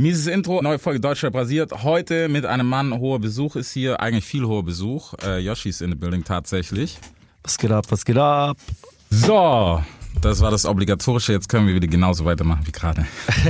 Mieses Intro, neue Folge Deutschrap rasiert. Heute mit einem Mann, hoher Besuch ist hier, eigentlich viel hoher Besuch. Yoshi ist in the building tatsächlich. Was geht ab, was geht ab? So, das war das Obligatorische, jetzt können wir wieder genauso weitermachen wie gerade.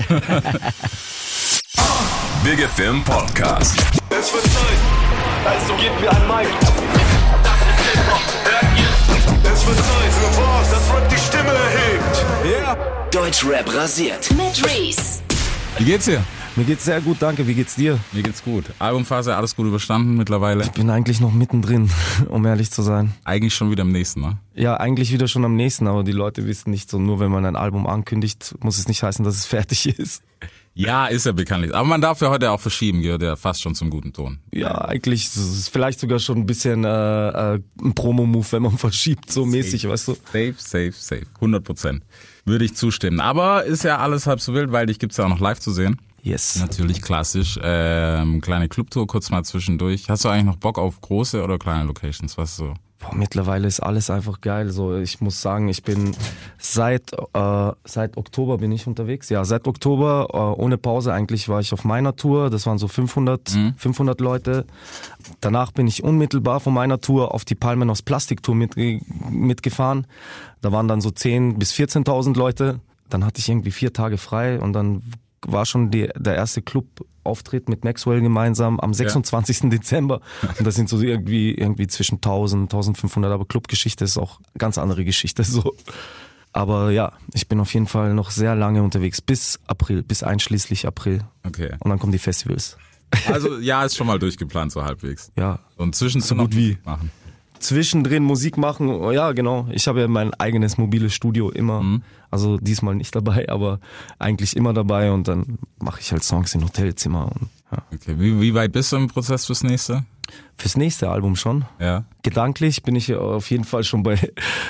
Big FM Podcast. Es wird Zeit, also gebt mir ein Mic. Das ist Hip-Hop, hört ihr? Es wird Zeit für was, das Rap die Stimme erhebt. Yeah. Deutschrap rasiert. Mit Reese. Wie geht's dir? Mir geht's sehr gut, danke. Wie geht's dir? Mir geht's gut. Albumphase, alles gut überstanden mittlerweile. Ich bin eigentlich noch mittendrin, um ehrlich zu sein. Eigentlich schon wieder im nächsten, ne? Ja, eigentlich wieder schon am nächsten, aber die Leute wissen nicht so, nur wenn man ein Album ankündigt, muss es nicht heißen, dass es fertig ist. Ja, ist ja bekanntlich. Aber man darf ja heute auch verschieben, gehört ja fast schon zum guten Ton. Ja, eigentlich ist es vielleicht sogar schon ein bisschen ein Promo-Move, wenn man verschiebt, so mäßig, weißt du. Safe. 100%. Würde ich zustimmen. Aber ist ja alles halb so wild, weil dich gibt's ja auch noch live zu sehen. Yes. Natürlich klassisch. Kleine Clubtour kurz mal zwischendurch. Hast du eigentlich noch Bock auf große oder kleine Locations? Was so? Boah, mittlerweile ist alles einfach geil. So, ich muss sagen, ich bin seit Oktober bin ich unterwegs. Ja, seit Oktober ohne Pause eigentlich war ich auf meiner Tour. Das waren so 500 Leute. Danach bin ich unmittelbar von meiner Tour auf die Palmen aus Plastik-Tour mitgefahren. Da waren dann so 10.000 bis 14.000 Leute. Dann hatte ich irgendwie 4 Tage frei und dann war schon der erste Club-Auftritt mit Maxwell gemeinsam am 26. Dezember. Und das sind so irgendwie zwischen 1000, 1500, aber Clubgeschichte ist auch ganz andere Geschichte, so. Aber ja, ich bin auf jeden Fall noch sehr lange unterwegs, bis April, bis einschließlich April. Okay. Und dann kommen die Festivals. Also, ja, ist schon mal durchgeplant, so halbwegs. Ja. Und zwischendrin so gut wie machen. Zwischendrin Musik machen, ja genau. Ich habe ja mein eigenes mobiles Studio immer, also diesmal nicht dabei, aber eigentlich immer dabei und dann mache ich halt Songs in Hotelzimmer. Und, ja. Okay, wie weit bist du im Prozess fürs nächste? Fürs nächste Album schon. Ja. Gedanklich bin ich auf jeden Fall schon bei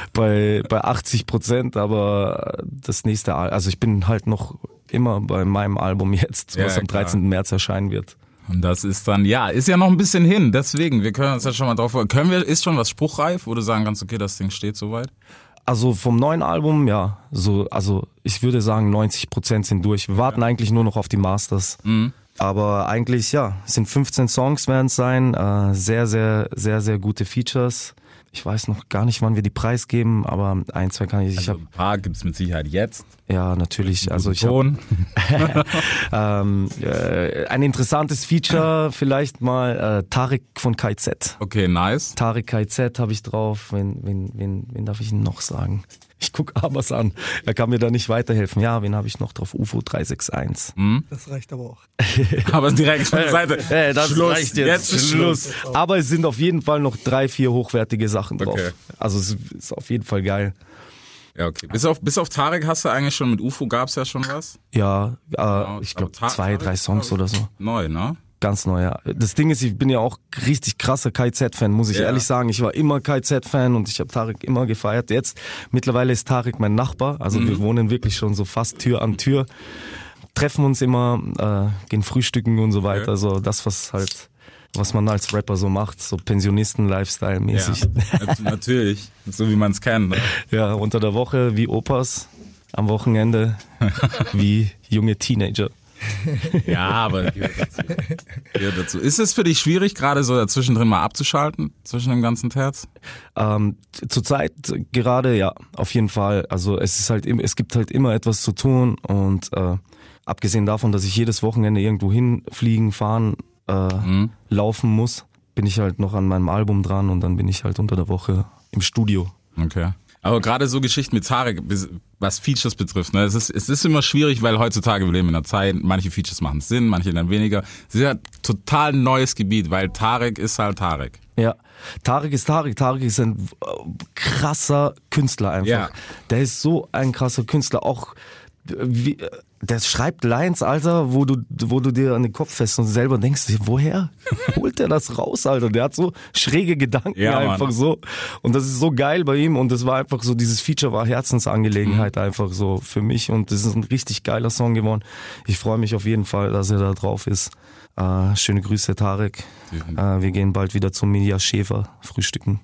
80%, aber das nächste Album, also ich bin halt noch immer bei meinem Album jetzt, was am 13. März erscheinen wird. Und das ist dann, ja, ist ja noch ein bisschen hin, deswegen, wir können uns ja schon mal drauf, ist schon was spruchreif, wo du sagen kannst, okay, das Ding steht soweit? Also vom neuen Album, ja, also ich würde sagen 90% sind durch. Wir warten eigentlich nur noch auf die Masters. Aber eigentlich, ja, es sind 15 Songs werden es sein, sehr, sehr, sehr, sehr gute Features. Ich weiß noch gar nicht, wann wir die preisgeben, aber 1, 2 kann ich. Also ein paar gibt's mit Sicherheit jetzt. Ja, natürlich. Also ich habe ein interessantes Feature, vielleicht mal Tarek von KZ. Okay, nice. Tarek KZ habe ich drauf. Wen darf ich noch sagen? Ich guck Abbas an. Er kann mir da nicht weiterhelfen. Ja, wen habe ich noch drauf? UFO 361. Das reicht aber auch. Aber direkt von der Seite. Das Schluss. reicht jetzt ist Schluss. Aber es sind auf jeden Fall noch 3, 4 hochwertige Sachen drauf. Okay. Also es ist auf jeden Fall geil. Ja, okay. Bis auf Tarek hast du eigentlich schon mit UFO gab's ja schon was? Ja, ich glaube 2, 3 Songs oder so. Neu, ne? Ganz neu, ja. Das Ding ist, ich bin ja auch richtig krasser KZ-Fan, muss ich ehrlich sagen. Ich war immer KZ-Fan und ich habe Tarek immer gefeiert. Jetzt, mittlerweile ist Tarek mein Nachbar, also wir wohnen wirklich schon so fast Tür an Tür. Treffen uns immer, gehen frühstücken und so weiter. So das, was man als Rapper so macht, so Pensionisten-Lifestyle-mäßig. Ja, natürlich, so wie man es kennt. Ne? Ja, unter der Woche wie Opas, am Wochenende wie junge Teenager. Ja, aber gehört dazu. Ist es für dich schwierig, gerade so dazwischendrin mal abzuschalten, zwischen dem ganzen Terz? Zurzeit gerade, ja, auf jeden Fall. Also es gibt halt immer etwas zu tun und abgesehen davon, dass ich jedes Wochenende irgendwo hinfliegen, fahren, laufen muss, bin ich halt noch an meinem Album dran und dann bin ich halt unter der Woche im Studio. Okay. Aber gerade so Geschichten mit Tarek, was Features betrifft, ne, es ist immer schwierig, weil heutzutage wir leben in einer Zeit, manche Features machen Sinn, manche dann weniger. Es ist ja total neues Gebiet, weil Tarek ist halt Tarek. Ja, Tarek ist Tarek. Tarek ist ein krasser Künstler einfach. Ja. Der ist so ein krasser Künstler, auch der schreibt Lines, Alter, wo du dir an den Kopf fährst und selber denkst, woher holt der das raus, Alter? Der hat so schräge Gedanken einfach so. Und das ist so geil bei ihm und das war einfach so, dieses Feature war Herzensangelegenheit einfach so für mich und das ist ein richtig geiler Song geworden. Ich freue mich auf jeden Fall, dass er da drauf ist. Schöne Grüße, Tarek. Wir gehen bald wieder zum Media Schäfer frühstücken.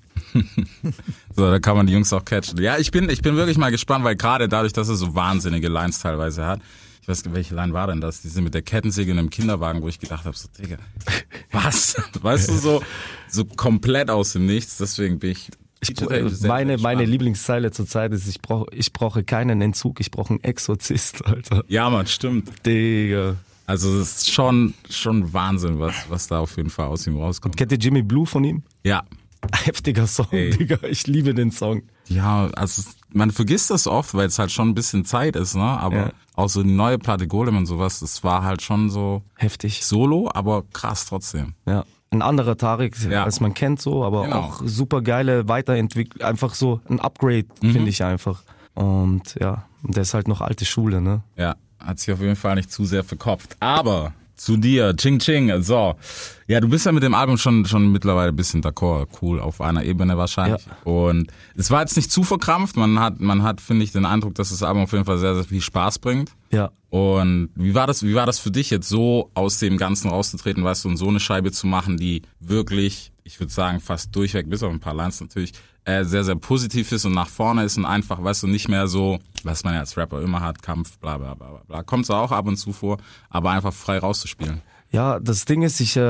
So, da kann man die Jungs auch catchen. Ja, ich bin wirklich mal gespannt, weil gerade dadurch, dass er so wahnsinnige Lines teilweise hat, ich weiß nicht, welche Line war denn das? Diese mit der Kettensäge in einem Kinderwagen, wo ich gedacht habe, so, Digga, was? Weißt du, so komplett aus dem Nichts, deswegen bin ich... Meine Lieblingszeile zurzeit ist, ich brauche keinen Entzug, ich brauche einen Exorzist, Alter. Ja, Mann, stimmt. Digga. Also es ist schon Wahnsinn, was da auf jeden Fall aus ihm rauskommt. Kennt ihr Jimmy Blue von ihm? Ja. Heftiger Song, Digga. Ich liebe den Song. Ja, also man vergisst das oft, weil es halt schon ein bisschen Zeit ist, ne? Aber auch so die neue Platte Golem und sowas, das war halt schon so heftig. Solo, aber krass trotzdem. Ja. Ein anderer Tarek, als man kennt so, aber auch super geile Weiterentwicklung, einfach so ein Upgrade, finde ich einfach. Und ja, der ist halt noch alte Schule, ne? Ja, hat sich auf jeden Fall nicht zu sehr verkopft. Aber zu dir, Ching Ching, so. Ja, du bist ja mit dem Album schon mittlerweile ein bisschen d'accord, cool, auf einer Ebene wahrscheinlich. Ja. Und es war jetzt nicht zu verkrampft, man hat, finde ich, den Eindruck, dass das Album auf jeden Fall sehr, sehr viel Spaß bringt. Ja. Und wie war das für dich jetzt so aus dem Ganzen rauszutreten, weißt du, und so eine Scheibe zu machen, die wirklich, ich würde sagen, fast durchweg, bis auf ein paar Lines natürlich, sehr, sehr positiv ist und nach vorne ist und einfach, weißt du, nicht mehr so, was man ja als Rapper immer hat, Kampf, bla bla bla bla. Kommt zwar auch ab und zu vor, aber einfach frei rauszuspielen. Ja, das Ding ist, ich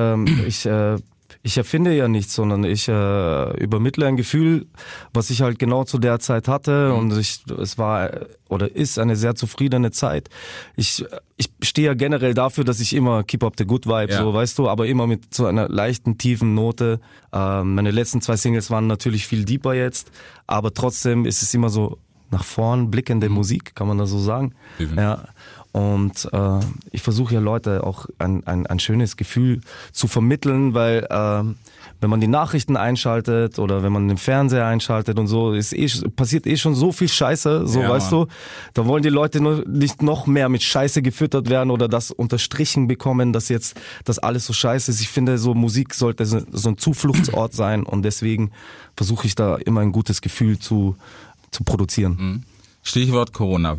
erfinde ja nichts, sondern ich übermittle ein Gefühl, was ich halt genau zu der Zeit hatte und es war oder ist eine sehr zufriedene Zeit. Ich stehe ja generell dafür, dass ich immer keep up the good vibe, so, weißt du, aber immer mit so einer leichten, tiefen Note. Meine letzten 2 Singles waren natürlich viel deeper jetzt, aber trotzdem ist es immer so nach vorn blickende Musik, kann man das so sagen. Ja. Und ich versuche ja Leute auch ein schönes Gefühl zu vermitteln, weil wenn man die Nachrichten einschaltet oder wenn man den Fernseher einschaltet und so, passiert schon so viel Scheiße, so, ja, weißt du. Da wollen die Leute nur nicht noch mehr mit Scheiße gefüttert werden oder das unterstrichen bekommen, dass jetzt das alles so scheiße ist. Ich finde, so Musik sollte so ein Zufluchtsort sein und deswegen versuche ich da immer ein gutes Gefühl zu produzieren. Stichwort Corona.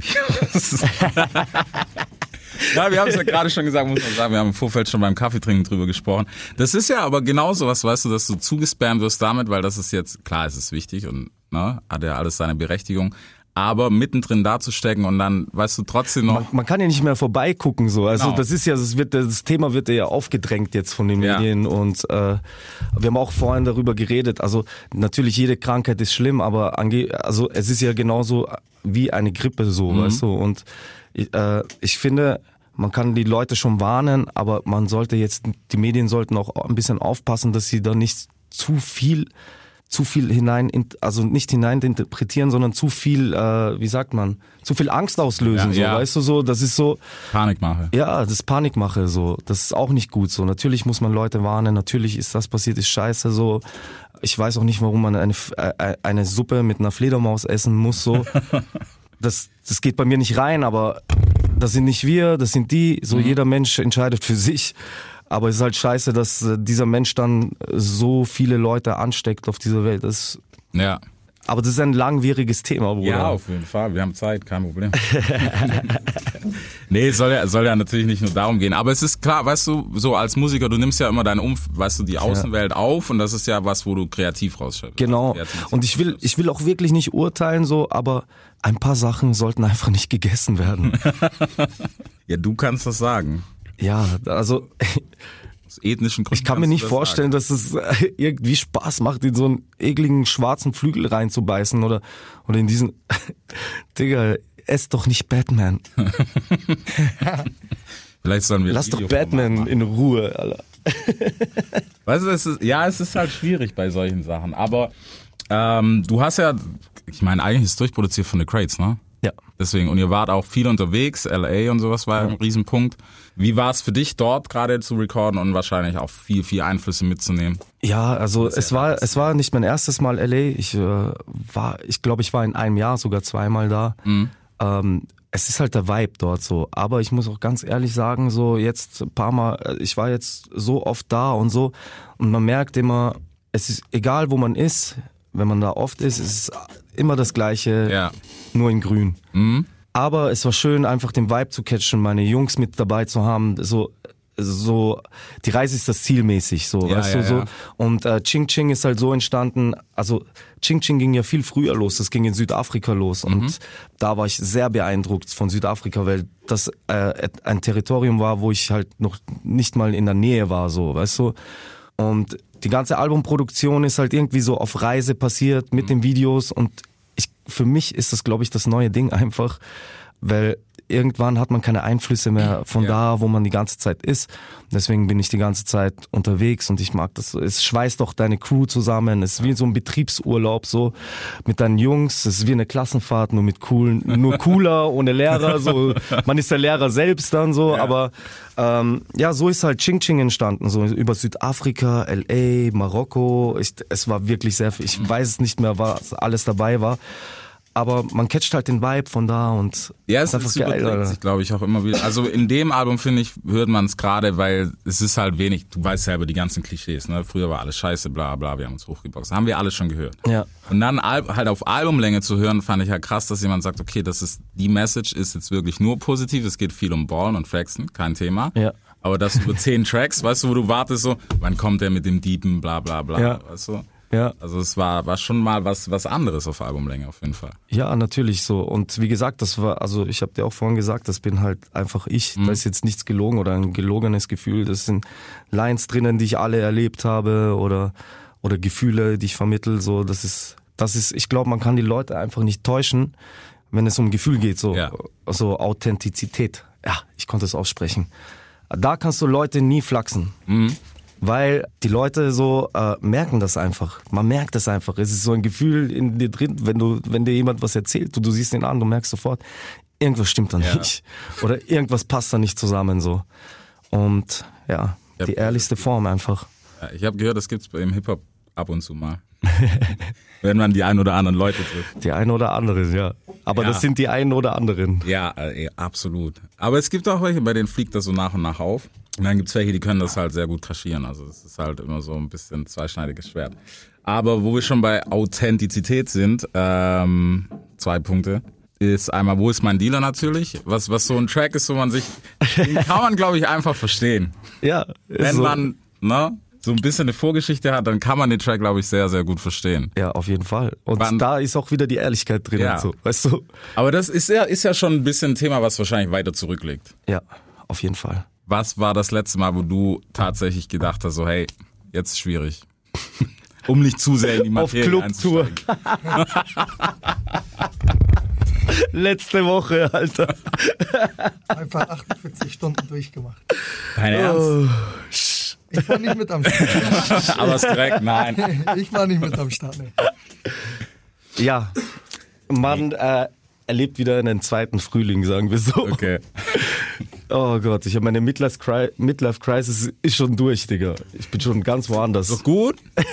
Ja, wir haben es ja gerade schon gesagt, muss man sagen, wir haben im Vorfeld schon beim Kaffeetrinken drüber gesprochen. Das ist ja aber genauso was, weißt du, dass du zugespammt wirst damit, weil das ist jetzt, klar, es ist wichtig und hat ja alles seine Berechtigung, aber mittendrin dazustecken und dann, weißt du, trotzdem noch... Man kann ja nicht mehr vorbeigucken, so. Also genau. Das ist ja, das Thema wird ja aufgedrängt jetzt von den Medien und wir haben auch vorhin darüber geredet, also natürlich jede Krankheit ist schlimm, aber also es ist ja genauso wie eine Grippe, so, weißt du, und ich finde, man kann die Leute schon warnen, aber die Medien sollten auch ein bisschen aufpassen, dass sie da nicht zu viel nicht hineininterpretieren, sondern zu viel, zu viel Angst auslösen, so, weißt du, so, das ist so... Panikmache. Ja, das ist Panikmache, so, das ist auch nicht gut, so, natürlich muss man Leute warnen, natürlich ist das passiert, ist scheiße, so, ich weiß auch nicht, warum man eine Suppe mit einer Fledermaus essen muss, so, das geht bei mir nicht rein, aber das sind nicht wir, das sind die, so, jeder Mensch entscheidet für sich. Aber es ist halt scheiße, dass dieser Mensch dann so viele Leute ansteckt auf dieser Welt. Ja. Aber das ist ein langwieriges Thema, Bruder. Ja, auf jeden Fall. Wir haben Zeit, kein Problem. Nee, es soll ja natürlich nicht nur darum gehen. Aber es ist klar, weißt du, so als Musiker, du nimmst ja immer die Außenwelt auf und das ist ja was, wo du kreativ rausschreibst. Genau. Und ich will auch wirklich nicht urteilen, so, aber ein paar Sachen sollten einfach nicht gegessen werden. Ja, du kannst das sagen. Ja, also aus ethnischen Gründen. Ich kann mir nicht vorstellen, dass es irgendwie Spaß macht, in so einen ekligen schwarzen Flügel reinzubeißen oder in diesen... Digga, ess doch nicht Batman. Vielleicht sollen wir Lass doch Batman in Ruhe, Alter. Weißt du, es ist halt schwierig bei solchen Sachen. Aber du hast ja, ich meine, eigentlich ist es durchproduziert von The Crates, ne? Ja. Deswegen, und ihr wart auch viel unterwegs, LA und sowas war ein Riesenpunkt. Wie war es für dich dort gerade zu recorden und wahrscheinlich auch viel, viel Einflüsse mitzunehmen? Ja, also es war nicht mein erstes Mal LA. Ich glaube, ich war in einem Jahr sogar 2-mal da. Es ist halt der Vibe dort so. Aber ich muss auch ganz ehrlich sagen, so jetzt ein paar Mal, ich war jetzt so oft da und so. Und man merkt immer, es ist egal, wo man ist, wenn man da oft ist, es ist immer das Gleiche, nur in grün. Aber es war schön, einfach den Vibe zu catchen, meine Jungs mit dabei zu haben. So, so, die Reise ist das Ziel mäßig, so, Ja, weißt ja, du, so. ja. Und Ching Ching ist halt so entstanden, also Ching Ching ging ja viel früher los, das ging in Südafrika los und da war ich sehr beeindruckt von Südafrika, weil das ein Territorium war, wo ich halt noch nicht mal in der Nähe war, so, weißt du. Und die ganze Albumproduktion ist halt irgendwie so auf Reise passiert mit den Videos und für mich ist das, glaube ich, das neue Ding einfach, weil irgendwann hat man keine Einflüsse mehr von da, wo man die ganze Zeit ist. Deswegen bin ich die ganze Zeit unterwegs und ich mag das. Es schweißt doch deine Crew zusammen. Es ist wie so ein Betriebsurlaub so mit deinen Jungs. Es ist wie eine Klassenfahrt, nur cooler, ohne Lehrer. So, man ist der Lehrer selbst dann so. Ja. Aber so ist halt Ching Ching entstanden. So über Südafrika, LA, Marokko. Es war wirklich sehr viel. Ich weiß es nicht mehr, was alles dabei war. Aber man catcht halt den Vibe von da und es ist geil, sich, glaube ich, auch immer wieder. Also in dem Album, finde ich, hört man es gerade, weil es ist halt wenig, du weißt selber die ganzen Klischees, ne? Früher war alles scheiße, bla bla, wir haben uns hochgeboxt. Haben wir alles schon gehört. Ja. Und dann halt auf Albumlänge zu hören, fand ich halt krass, dass jemand sagt, okay, die Message ist jetzt wirklich nur positiv, es geht viel um Ballen und Flexen, kein Thema. Ja. Aber das über 10 Tracks, weißt du, wo du wartest so, wann kommt der mit dem Deepen, bla bla bla, weißt du? Ja. Also es war schon mal was anderes auf Albumlänge auf jeden Fall. Ja, natürlich so. Und wie gesagt, ich habe dir auch vorhin gesagt, das bin halt einfach ich. Da ist jetzt nichts gelogen oder ein gelogenes Gefühl. Das sind Lines drinnen, die ich alle erlebt habe oder Gefühle, die ich vermittle. So, das ist, ich glaube, man kann die Leute einfach nicht täuschen, wenn es um Gefühl geht. So Authentizität. Ja, ich konnte es aussprechen. Da kannst du Leute nie flachsen. Weil die Leute so merken das einfach. Man merkt das einfach. Es ist so ein Gefühl in dir drin, wenn dir jemand was erzählt, du siehst ihn an, du merkst sofort, irgendwas stimmt da nicht. Oder irgendwas passt da nicht zusammen so. Und die ehrlichste Form einfach. Ja, ich habe gehört, das gibt's im Hip-Hop ab und zu mal. Wenn man die ein oder anderen Leute trifft. Die ein oder anderen, ja. Aber das sind die einen oder anderen. Ja, absolut. Aber es gibt auch welche, bei denen fliegt das so nach und nach auf. Und dann gibt's welche, die können das halt sehr gut kaschieren. Also das ist halt immer so ein bisschen zweischneidiges Schwert. Aber wo wir schon bei Authentizität sind, 2 Punkte, ist einmal, wo ist mein Dealer natürlich? Was so ein Track ist, wo man sich, den kann man, glaube ich, einfach verstehen. Ja. Wenn man, so ein bisschen eine Vorgeschichte hat, dann kann man den Track, glaube ich, sehr, sehr gut verstehen. Ja, auf jeden Fall. Und da ist auch wieder die Ehrlichkeit drin und so, weißt du? Aber das ist ja schon ein bisschen ein Thema, was wahrscheinlich weiter zurückliegt. Ja, auf jeden Fall. Was war das letzte Mal, wo du tatsächlich gedacht hast, so hey, jetzt ist schwierig, um nicht zu sehr in die Materie einzusteigen? Letzte Woche, Alter. Einfach 48 Stunden durchgemacht. Dein Ernst? Ich war nicht mit am Start. Aber es direkt, nein. Ich war nicht mit am Start, ne. Ja, man erlebt wieder einen zweiten Frühling, sagen wir so. Okay. Oh Gott, ich habe meine Midlife-Crisis ist schon durch, Digga. Ich bin schon ganz woanders. Ist doch gut.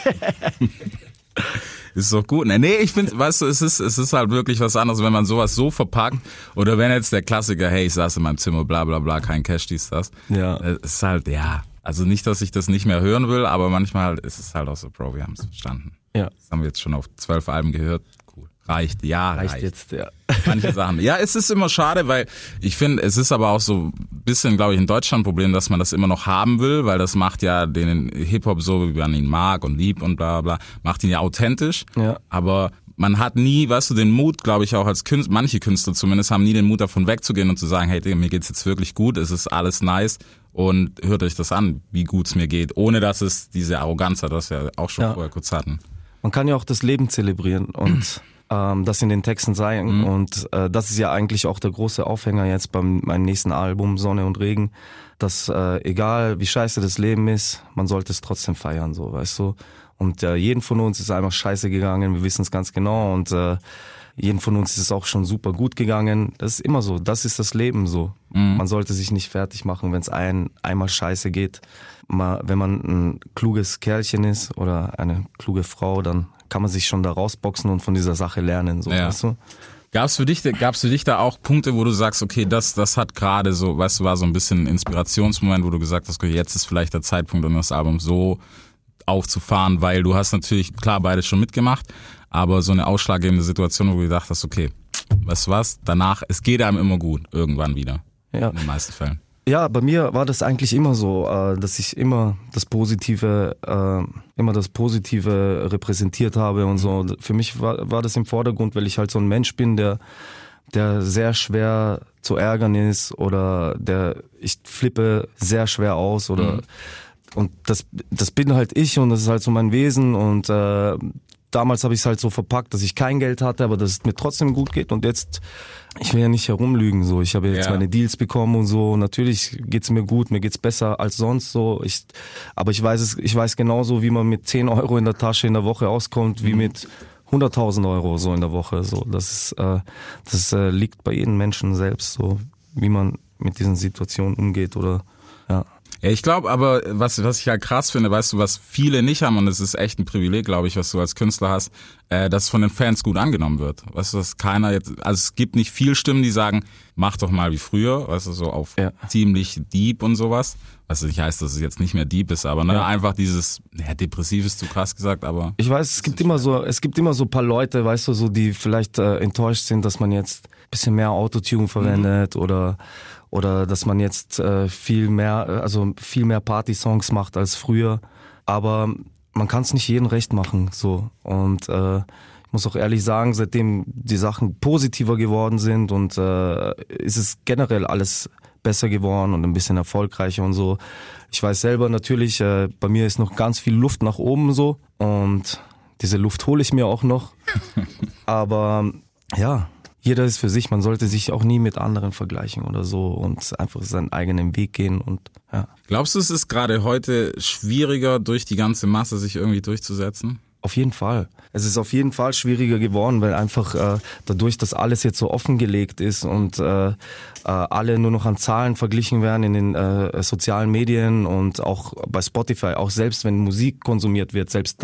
Ist doch gut. Nee, ich finde, weißt du, es ist halt wirklich was anderes, wenn man sowas so verpackt oder wenn jetzt der Klassiker, hey, ich saß in meinem Zimmer, bla bla bla, kein Cash, dies, das. Ja. Es ist halt, also nicht, dass ich das nicht mehr hören will, aber manchmal ist es halt auch so, Bro, wir haben es verstanden. Ja. Das haben wir jetzt schon auf 12 Alben gehört. Cool. Reicht jetzt, ja. Manche Sachen. Ja, es ist immer schade, weil ich finde, es ist aber auch so ein bisschen, glaube ich, ein Deutschland-Problem, dass man das immer noch haben will, weil das macht ja den Hip-Hop so, wie man ihn mag und liebt und bla bla, macht ihn ja authentisch. Ja. Aber man hat nie, weißt du, den Mut, glaube ich, auch als Künstler, manche Künstler zumindest, haben nie den Mut davon wegzugehen und zu sagen, hey, Digga, mir geht's jetzt wirklich gut, es ist alles nice und hört euch das an, wie gut es mir geht, ohne dass es diese Arroganz hat, das wir auch schon vorher kurz hatten. Man kann ja auch das Leben zelebrieren und das in den Texten sagen. Und das ist ja eigentlich auch der große Aufhänger jetzt bei meinem nächsten Album, Sonne und Regen, dass egal wie scheiße das Leben ist, man sollte es trotzdem feiern, so, weißt du. Und jeden von uns ist einfach scheiße gegangen, wir wissen es ganz genau und jeden von uns ist es auch schon super gut gegangen. Das ist immer so, das ist das Leben so. Man sollte sich nicht fertig machen, wenn es einmal scheiße geht. Wenn man ein kluges Kerlchen ist oder eine kluge Frau, dann kann man sich schon da rausboxen und von dieser Sache lernen, so, weißt du? Gab's für dich da auch Punkte, wo du sagst, okay, das hat gerade so, weißt du, war so ein bisschen ein Inspirationsmoment, wo du gesagt hast, okay, jetzt ist vielleicht der Zeitpunkt, um das Album so aufzufahren, weil du hast natürlich, klar, beides schon mitgemacht, aber so eine ausschlaggebende Situation, wo du gedacht hast, okay, weißt du was, danach, es geht einem immer gut, irgendwann wieder. Ja. In den meisten Fällen. Ja, bei mir war das eigentlich immer so, dass ich immer das Positive repräsentiert habe und so. Für mich war das im Vordergrund, weil ich halt so ein Mensch bin, der sehr schwer zu ärgern ist oder ich flippe sehr schwer aus oder und das bin halt ich und das ist halt so mein Wesen und damals habe ich es halt so verpackt, dass ich kein Geld hatte, aber dass es mir trotzdem gut geht und jetzt, ich will ja nicht herumlügen, so. Ich habe jetzt meine Deals bekommen und so. Natürlich geht's mir gut, mir geht's besser als sonst so. Aber ich weiß genauso, wie man mit 10 Euro in der Tasche in der Woche auskommt, wie mit 100.000 Euro so in der Woche. So, das liegt bei jedem Menschen selbst, so wie man mit diesen Situationen umgeht oder ja. Ja, ich glaube aber, was ich ja krass finde, weißt du, was viele nicht haben, und es ist echt ein Privileg, glaube ich, was du als Künstler hast, dass es von den Fans gut angenommen wird. Weißt du, dass keiner jetzt, also es gibt nicht viel Stimmen, die sagen, mach doch mal wie früher, weißt du, so auf ziemlich deep und sowas. Was nicht heißt, dass es jetzt nicht mehr deep ist, aber ne, einfach dieses, depressiv ist zu krass gesagt, aber. Ich weiß, es gibt immer so ein paar Leute, weißt du, so, die vielleicht enttäuscht sind, dass man jetzt ein bisschen mehr Autotune verwendet oder dass man jetzt viel mehr Party-Songs macht als früher. Aber man kann es nicht jedem recht machen, so. Und ich muss auch ehrlich sagen, seitdem die Sachen positiver geworden sind und ist es generell alles besser geworden und ein bisschen erfolgreicher und so. Ich weiß selber natürlich, bei mir ist noch ganz viel Luft nach oben so und diese Luft hole ich mir auch noch. Aber ja, jeder ist für sich, man sollte sich auch nie mit anderen vergleichen oder so und einfach seinen eigenen Weg gehen und ja. Glaubst du, es ist gerade heute schwieriger, durch die ganze Masse sich irgendwie durchzusetzen? Auf jeden Fall. Es ist auf jeden Fall schwieriger geworden, weil einfach dadurch, dass alles jetzt so offengelegt ist und alle nur noch an Zahlen verglichen werden in den sozialen Medien und auch bei Spotify, auch selbst wenn Musik konsumiert wird, selbst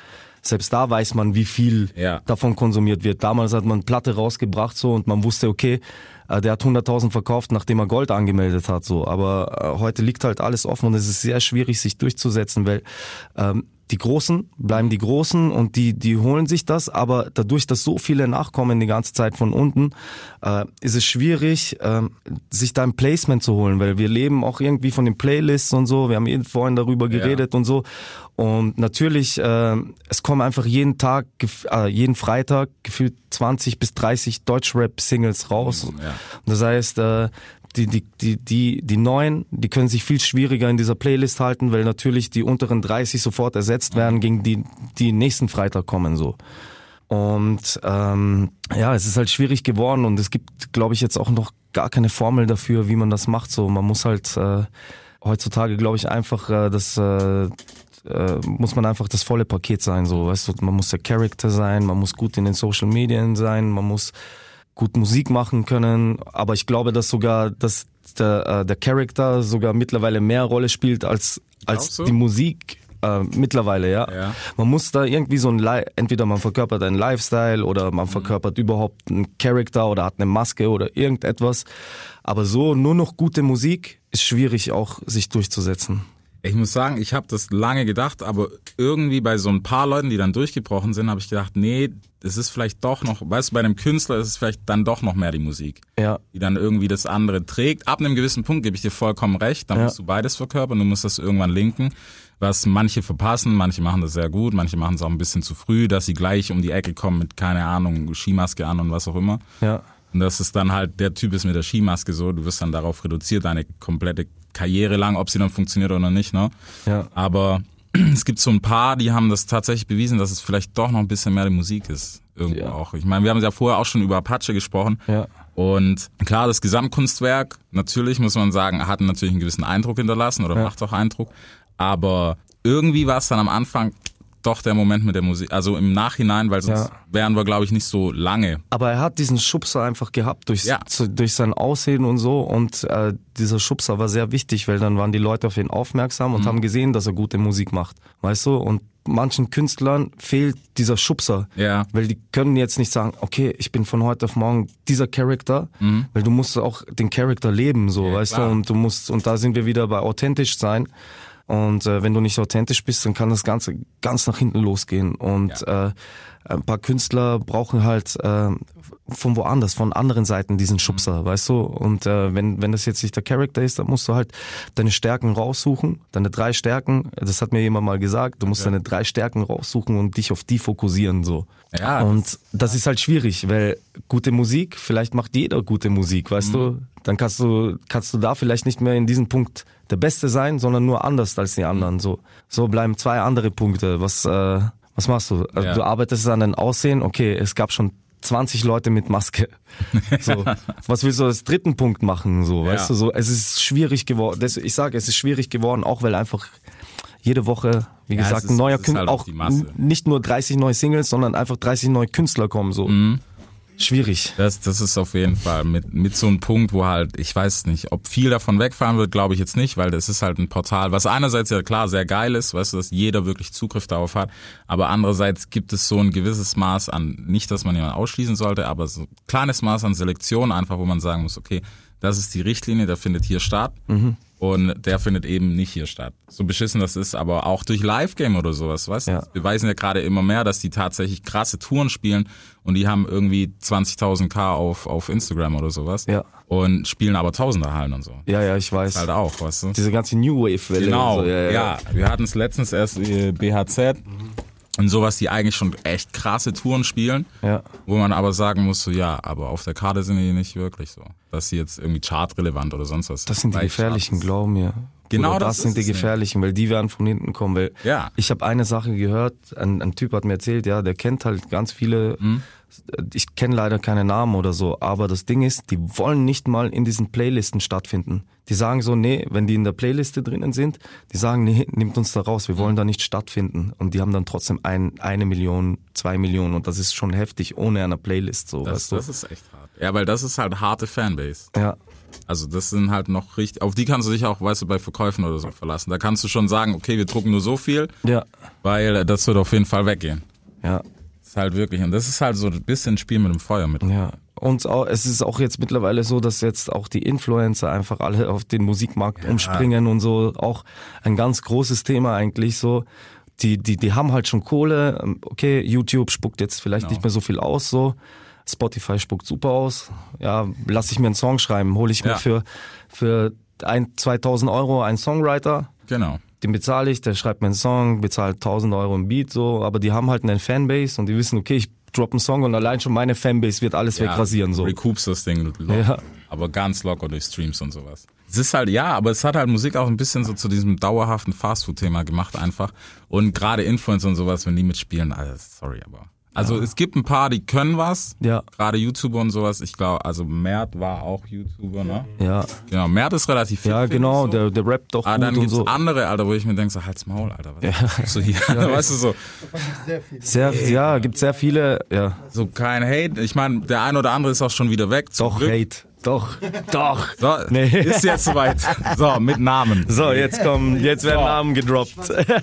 da weiß man, wie viel davon konsumiert wird. Damals hat man Platte rausgebracht so und man wusste, okay, der hat 100.000 verkauft, nachdem er Gold angemeldet hat. So. Aber heute liegt halt alles offen und es ist sehr schwierig, sich durchzusetzen, weil die Großen bleiben die Großen und die holen sich das, aber dadurch, dass so viele nachkommen die ganze Zeit von unten, ist es schwierig, sich da ein Placement zu holen, weil wir leben auch irgendwie von den Playlists und so, wir haben eben vorhin darüber geredet und so und natürlich, es kommen einfach jeden jeden Freitag gefühlt 20 bis 30 Deutschrap-Singles raus. Ja. Das heißt, die Neuen, die können sich viel schwieriger in dieser Playlist halten, weil natürlich die unteren 30 sofort ersetzt werden gegen die nächsten Freitag kommen so. Und es ist halt schwierig geworden und es gibt, glaube ich, jetzt auch noch gar keine Formel dafür, wie man das macht. So, man muss halt heutzutage, glaube ich, einfach muss man einfach das volle Paket sein. So, weißt du, man muss der Character sein, man muss gut in den Social Medien sein, man muss gut Musik machen können, aber ich glaube, dass der Charakter sogar mittlerweile mehr Rolle spielt als die Musik mittlerweile, ja. Man muss da irgendwie entweder man verkörpert einen Lifestyle oder man verkörpert überhaupt einen Charakter oder hat eine Maske oder irgendetwas, aber so nur noch gute Musik ist schwierig auch sich durchzusetzen. Ich muss sagen, ich habe das lange gedacht, aber irgendwie bei so ein paar Leuten, die dann durchgebrochen sind, habe ich gedacht, nee, es ist vielleicht doch noch, weißt du, bei einem Künstler ist es vielleicht dann doch noch mehr die Musik, die dann irgendwie das andere trägt. Ab einem gewissen Punkt gebe ich dir vollkommen recht, dann musst du beides verkörpern, du musst das irgendwann linken, was manche verpassen, manche machen das sehr gut, manche machen es auch ein bisschen zu früh, dass sie gleich um die Ecke kommen mit, keine Ahnung, Skimaske an und was auch immer. Ja. Und das ist dann halt, der Typ ist mit der Skimaske so, du wirst dann darauf reduziert, deine komplette Karriere lang, ob sie dann funktioniert oder nicht, ne? Ja. Aber es gibt so ein paar, die haben das tatsächlich bewiesen, dass es vielleicht doch noch ein bisschen mehr die Musik ist. Irgendwo auch. Ich meine, wir haben ja vorher auch schon über Apache gesprochen. Ja. Und klar, das Gesamtkunstwerk, natürlich muss man sagen, hat natürlich einen gewissen Eindruck hinterlassen oder macht auch Eindruck. Aber irgendwie war es dann am Anfang doch der Moment mit der Musik, also im Nachhinein, weil sonst wären wir, glaube ich, nicht so lange. Aber er hat diesen Schubser einfach gehabt durch sein Aussehen und so und dieser Schubser war sehr wichtig, weil dann waren die Leute auf ihn aufmerksam und haben gesehen, dass er gute Musik macht, weißt du, und manchen Künstlern fehlt dieser Schubser, weil die können jetzt nicht sagen, okay, ich bin von heute auf morgen dieser Charakter, weil du musst auch den Charakter leben, so, weißt du, und und da sind wir wieder bei authentisch sein. Und wenn du nicht authentisch bist, dann kann das Ganze ganz nach hinten losgehen. Und ein paar Künstler brauchen halt von woanders, von anderen Seiten diesen Schubser, weißt du? Und wenn das jetzt nicht der Charakter ist, dann musst du halt deine Stärken raussuchen, deine 3 Stärken. Das hat mir jemand mal gesagt. Du musst deine 3 Stärken raussuchen und dich auf die fokussieren, so. Ja, Und das ist halt schwierig, weil gute Musik, vielleicht macht jeder gute Musik, weißt du? Dann kannst du da vielleicht nicht mehr in diesem Punkt der Beste sein, sondern nur anders als die anderen. So bleiben 2 andere Punkte. Was machst du? Also du arbeitest an deinem Aussehen. Okay, es gab schon 20 Leute mit Maske. So, was willst du als 3. Punkt machen? So, weißt du? So, es ist schwierig geworden. Ich sage, es ist schwierig geworden, auch weil einfach jede Woche, wie gesagt, ein neuer Künstler, halt auch nicht nur 30 neue Singles, sondern einfach 30 neue Künstler kommen. So. Schwierig. Das ist auf jeden Fall mit so einem Punkt, wo halt, ich weiß nicht, ob viel davon wegfahren wird, glaube ich jetzt nicht, weil das ist halt ein Portal, was einerseits ja klar sehr geil ist, weißt du, dass jeder wirklich Zugriff darauf hat, aber andererseits gibt es so ein gewisses Maß an, nicht, dass man jemanden ausschließen sollte, aber so ein kleines Maß an Selektion einfach, wo man sagen muss, okay, das ist die Richtlinie, der findet hier statt. Und der findet eben nicht hier statt. So beschissen das ist, aber auch durch Live-Game oder sowas, weißt du? Ja. Wir beweisen ja gerade immer mehr, dass die tatsächlich krasse Touren spielen und die haben irgendwie 20.000 K auf Instagram oder sowas. Ja. Und spielen aber Tausender-Hallen und so. Ja, ich weiß. Das ist halt auch, weißt du? Diese ganze New Wave-Welle. Genau, und so. ja. Wir hatten es letztens erst BHZ. Und sowas, die eigentlich schon echt krasse Touren spielen, wo man aber sagen muss, so ja, aber auf der Karte sind die nicht wirklich so, dass sie jetzt irgendwie chartrelevant oder sonst was. Das sind die gefährlichen, glaub mir. Genau, das sind die gefährlichen, weil die werden von hinten kommen. Weil ich habe eine Sache gehört, ein Typ hat mir erzählt, der kennt halt ganz viele, ich kenne leider keine Namen oder so, aber das Ding ist, die wollen nicht mal in diesen Playlisten stattfinden. Die sagen so, nee, wenn die in der Playliste drinnen sind, die sagen, nee, nimmt uns da raus, wir wollen da nicht stattfinden. Und die haben dann trotzdem 1 Million, 2 Millionen und das ist schon heftig, ohne eine Playlist. So, das ist echt hart. Ja, weil das ist halt harte Fanbase. Ja. Also das sind halt noch richtig, auf die kannst du dich auch, weißt du, bei Verkäufen oder so verlassen. Da kannst du schon sagen, okay, wir drucken nur so viel, weil das wird auf jeden Fall weggehen. Ja. Das ist halt wirklich, und das ist halt so ein bisschen Spiel mit dem Feuer mit. Ja. Und es ist auch jetzt mittlerweile so, dass jetzt auch die Influencer einfach alle auf den Musikmarkt umspringen und so. Auch ein ganz großes Thema eigentlich so. Die haben halt schon Kohle. Okay, YouTube spuckt jetzt vielleicht nicht mehr so viel aus so. Spotify spuckt super aus. Ja, lass ich mir einen Song schreiben. Hole ich mir für 2.000 Euro einen Songwriter. Genau. Den bezahle ich, der schreibt mir einen Song, bezahlt 1.000 Euro im Beat so. Aber die haben halt eine Fanbase und die wissen, okay, ich drop einen Song und allein schon meine Fanbase wird alles wegrasieren. So. Recoupst das Ding locker, aber ganz locker durch Streams und sowas. Es ist halt, aber es hat halt Musik auch ein bisschen so zu diesem dauerhaften Fastfood-Thema gemacht einfach. Und gerade Influencer und sowas, wenn die mitspielen, sorry, aber... Also es gibt ein paar, die können was, gerade YouTuber und sowas. Ich glaube, also Mert war auch YouTuber, ne? Ja. Genau, Mert ist relativ fit. Ja, genau, der rappt doch gut dann gibt's und so. andere, Alter, wo ich mir denke, so halt's Maul, Alter. Was so hier? Weißt du so? Gibt sehr viele, So kein Hate. Ich meine, der ein oder andere ist auch schon wieder weg. Doch, Hate. Doch. So, ist jetzt soweit. So, mit Namen. So, jetzt werden Namen gedroppt.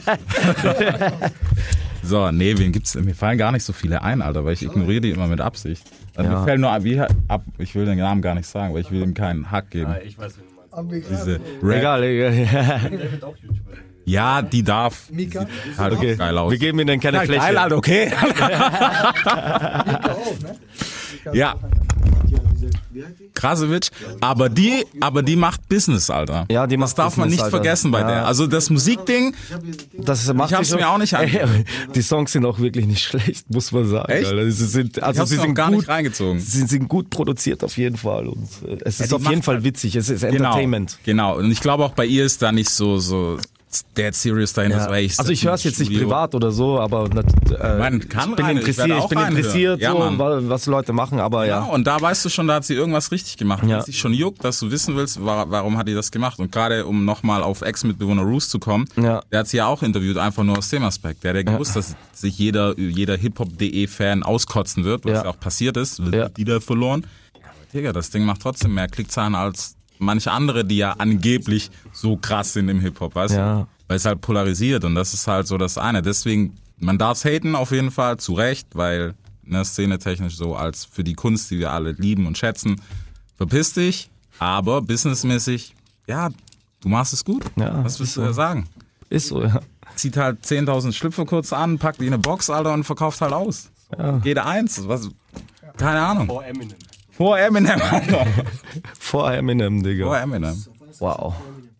So, nee, mir fallen gar nicht so viele ein, Alter, weil ich ignoriere die immer mit Absicht. Also mir fällt nur ich will den Namen gar nicht sagen, weil ich will ihm keinen Hack geben. Ich weiß, wen du meinst. Egal. Ja, die darf. Mika? Sieht halt auch geil aus. Wir geben ihnen keine Fläche. Geil, Alter, okay. Mika auch, ne? Ja. Krasowitsch, aber die macht Business, Alter. Ja, die macht das darf man Business, nicht vergessen bei der. Also das Musikding, ich hab's mir auch nicht angehört. Die Songs sind auch wirklich nicht schlecht, muss man sagen. Echt? Alter. Sie sind gar gut, nicht reingezogen. Sie sind gut produziert auf jeden Fall und es ist auf jeden Fall witzig. Es ist Entertainment. Genau. Und ich glaube auch bei ihr ist da nicht so dead serious dahinter. Ja. Also ich höre es jetzt nicht privat oder so, aber ich bin interessiert, was Leute machen, aber ja. Und da weißt du schon, da hat sie irgendwas richtig gemacht. Wenn es dich schon juckt, dass du wissen willst, warum hat die das gemacht. Und gerade um nochmal auf Ex-Mitbewohner Roos zu kommen, der hat sie ja auch interviewt, einfach nur aus dem Aspekt. Der hat gewusst, dass sich jeder Hip-Hop.de-Fan auskotzen wird, was ja auch passiert ist, die da verloren. Ja, aber Digga, das Ding macht trotzdem mehr Klickzahlen als manche andere, die ja angeblich so krass sind im Hip-Hop, weißt du? Weil es halt polarisiert und das ist halt so das eine. Deswegen, man darf's haten auf jeden Fall, zu Recht, weil szenetechnisch so als für die Kunst, die wir alle lieben und schätzen, verpiss dich, aber businessmäßig, ja, du machst es gut. Ja, was willst du sagen? Ist so, ja. Zieht halt 10.000 Schlüpfer kurz an, packt die in eine Box, Alter, und verkauft halt aus. Ja. Jede eins, was, keine Ahnung. Vor Eminem. Vor Eminem, Alter. Vor Eminem, Digga. Vor Eminem. Wow.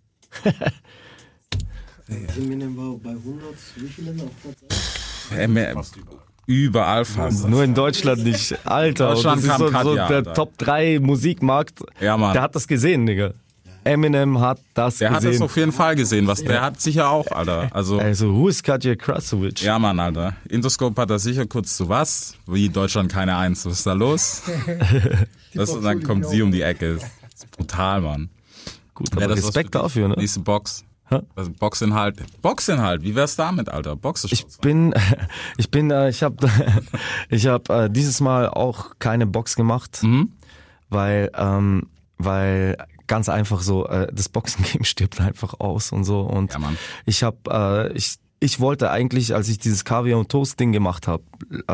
Eminem war bei 100, wie viele auf Platz 1? Eminem. Überall fast. Nur in Deutschland nicht. Alter, Deutschland das ist kam so Katja, der Alter. Top 3 Musikmarkt. Ja, Mann. Der hat das gesehen, Digga. Eminem hat das Der hat gesehen. das auf jeden Fall gesehen, der hat sicher auch, Alter. Also, Also, who is Katja Krasavic? ja, Mann, Alter. Interscope hat da sicher kurz zu was? Wie Deutschland keine Eins. Was ist da los? Und dann kommt sie um die Ecke. Das ist brutal, Mann. Gut, Ja, aber das ist was Respekt für dich. dafür, ne? Nächste Box. Hä? Also Boxinhalt. Boxinhalt, wie wär's damit, Alter? Boxershorts. Ich habe dieses Mal auch keine Box gemacht, weil ganz einfach so, das Boxen-Game stirbt einfach aus und so. Und Ja, Mann. ich wollte eigentlich, als ich dieses Kaviar und Toast Ding gemacht habe,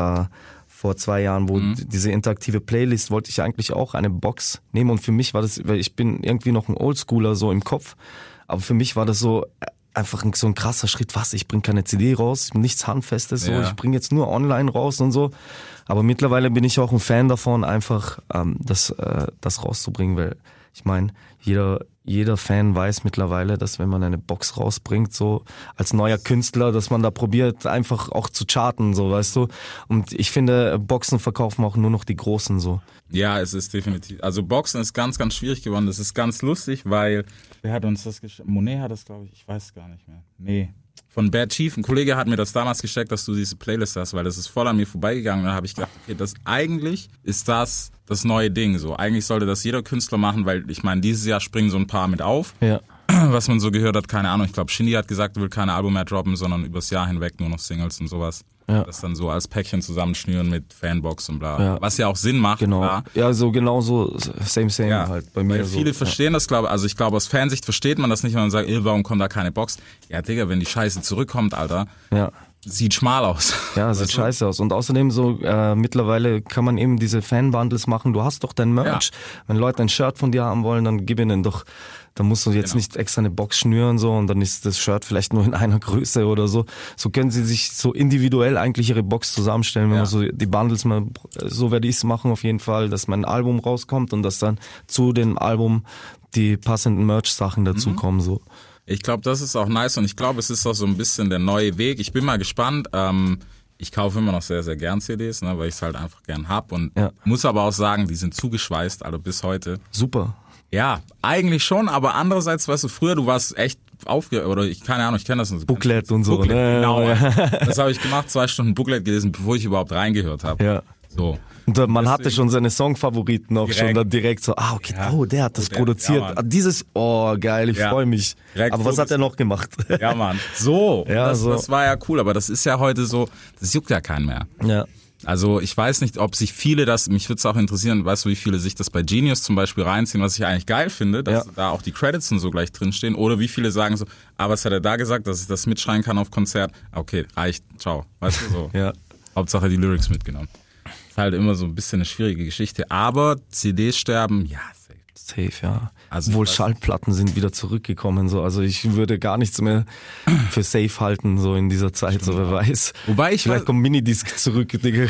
vor 2 Jahren, wo diese interaktive Playlist, wollte ich eigentlich auch eine Box nehmen. Und für mich war das, weil ich bin irgendwie noch ein Oldschooler so im Kopf, aber für mich war das so einfach so ein krasser Schritt. Was, ich bringe keine CD raus, nichts Handfestes, so, Ja. ich bringe jetzt nur online raus und so. Aber mittlerweile bin ich auch ein Fan davon, einfach das rauszubringen, weil ich meine, jeder Fan weiß mittlerweile, dass wenn man eine Box rausbringt, so als neuer Künstler, dass man da probiert, einfach auch zu charten, so, weißt du. Und ich finde, Boxen verkaufen auch nur noch die Großen, so. Ja, es ist definitiv. Also Boxen ist ganz, ganz schwierig geworden. Das ist ganz lustig, weil wer hat uns das geschickt? Monet hat das, glaube ich weiß gar nicht mehr. Nee. Von Bad Chief, ein Kollege hat mir das damals gesteckt, dass du diese Playlist hast, weil das ist voll an mir vorbeigegangen. Und dann habe ich gedacht, okay, eigentlich ist das neue Ding. So, eigentlich sollte das jeder Künstler machen, weil ich meine, dieses Jahr springen so ein paar mit auf. Ja. Was man so gehört hat, keine Ahnung. Ich glaube, Shindy hat gesagt, er will keine Album mehr droppen, sondern übers Jahr hinweg nur noch Singles und sowas. Ja. Das dann so als Päckchen zusammenschnüren mit Fanbox und bla. Ja. Was ja auch Sinn macht. Genau. Klar. Ja, so genauso, same Ja, halt bei mir. weil so. viele verstehen das, glaube ich. Also ich glaube, aus Fansicht versteht man das nicht, wenn man sagt, warum kommt da keine Box? Ja, Digga, wenn die Scheiße zurückkommt, Alter, Ja. sieht schmal aus. Ja, sieht Weißt du? scheiße aus. Und außerdem so, mittlerweile kann man eben diese Fan-Bundles machen. Du hast doch dein Merch. Ja. Wenn Leute ein Shirt von dir haben wollen, dann gib ihnen doch. Da musst du jetzt Genau. nicht extra eine Box schnüren so und dann ist das Shirt vielleicht nur in einer Größe oder so. So können sie sich so individuell eigentlich ihre Box zusammenstellen, wenn Ja. man so die Bundles mal, so werde ich es machen auf jeden Fall, dass mein Album rauskommt und dass dann zu dem Album die passenden Merch-Sachen dazukommen so. Ich glaube, das ist auch nice und ich glaube, es ist auch so ein bisschen der neue Weg. Ich bin mal gespannt. Ich kaufe immer noch sehr, sehr gern CDs, ne, weil ich es halt einfach gern hab und Ja. muss aber auch sagen, die sind zugeschweißt, also bis heute. Super. Ja, eigentlich schon, aber andererseits, weißt du, früher, du warst echt oder ich kenne das. Booklet und so. Booklet, ne? genau. Ja. Das habe ich gemacht, 2 Stunden Booklet gelesen, bevor ich überhaupt reingehört habe. Ja. So. Und man hatte schon seine Songfavoriten auch Direkt. schon da direkt so, okay, Ja. oh, der hat das der- produziert. ja, Mann. Dieses, geil, ich Ja. freue mich. Direkt Aber was hat er noch gemacht? Ja, Mann. So. Ja, das, so. das war ja cool, aber das ist ja heute so, das juckt ja keinen mehr. Ja. Also ich weiß nicht, ob sich viele mich würde es auch interessieren, weißt du, wie viele sich das bei Genius zum Beispiel reinziehen, was ich eigentlich geil finde, dass da auch die Credits und so gleich drinstehen. Oder wie viele sagen so, was hat er da gesagt, dass ich das mitschreien kann auf Konzert? Okay, reicht, ciao. Weißt du so. Ja. Hauptsache die Lyrics mitgenommen. Ist halt immer so ein bisschen eine schwierige Geschichte. Aber CDs sterben, ja, safe. Safe, ja. Also Obwohl ich weiß- Schallplatten sind wieder zurückgekommen, so. Also ich würde gar nichts mehr für safe halten, so in dieser Zeit, so wer weiß. Wobei ich Vielleicht kommt Minidisc zurück, Digga.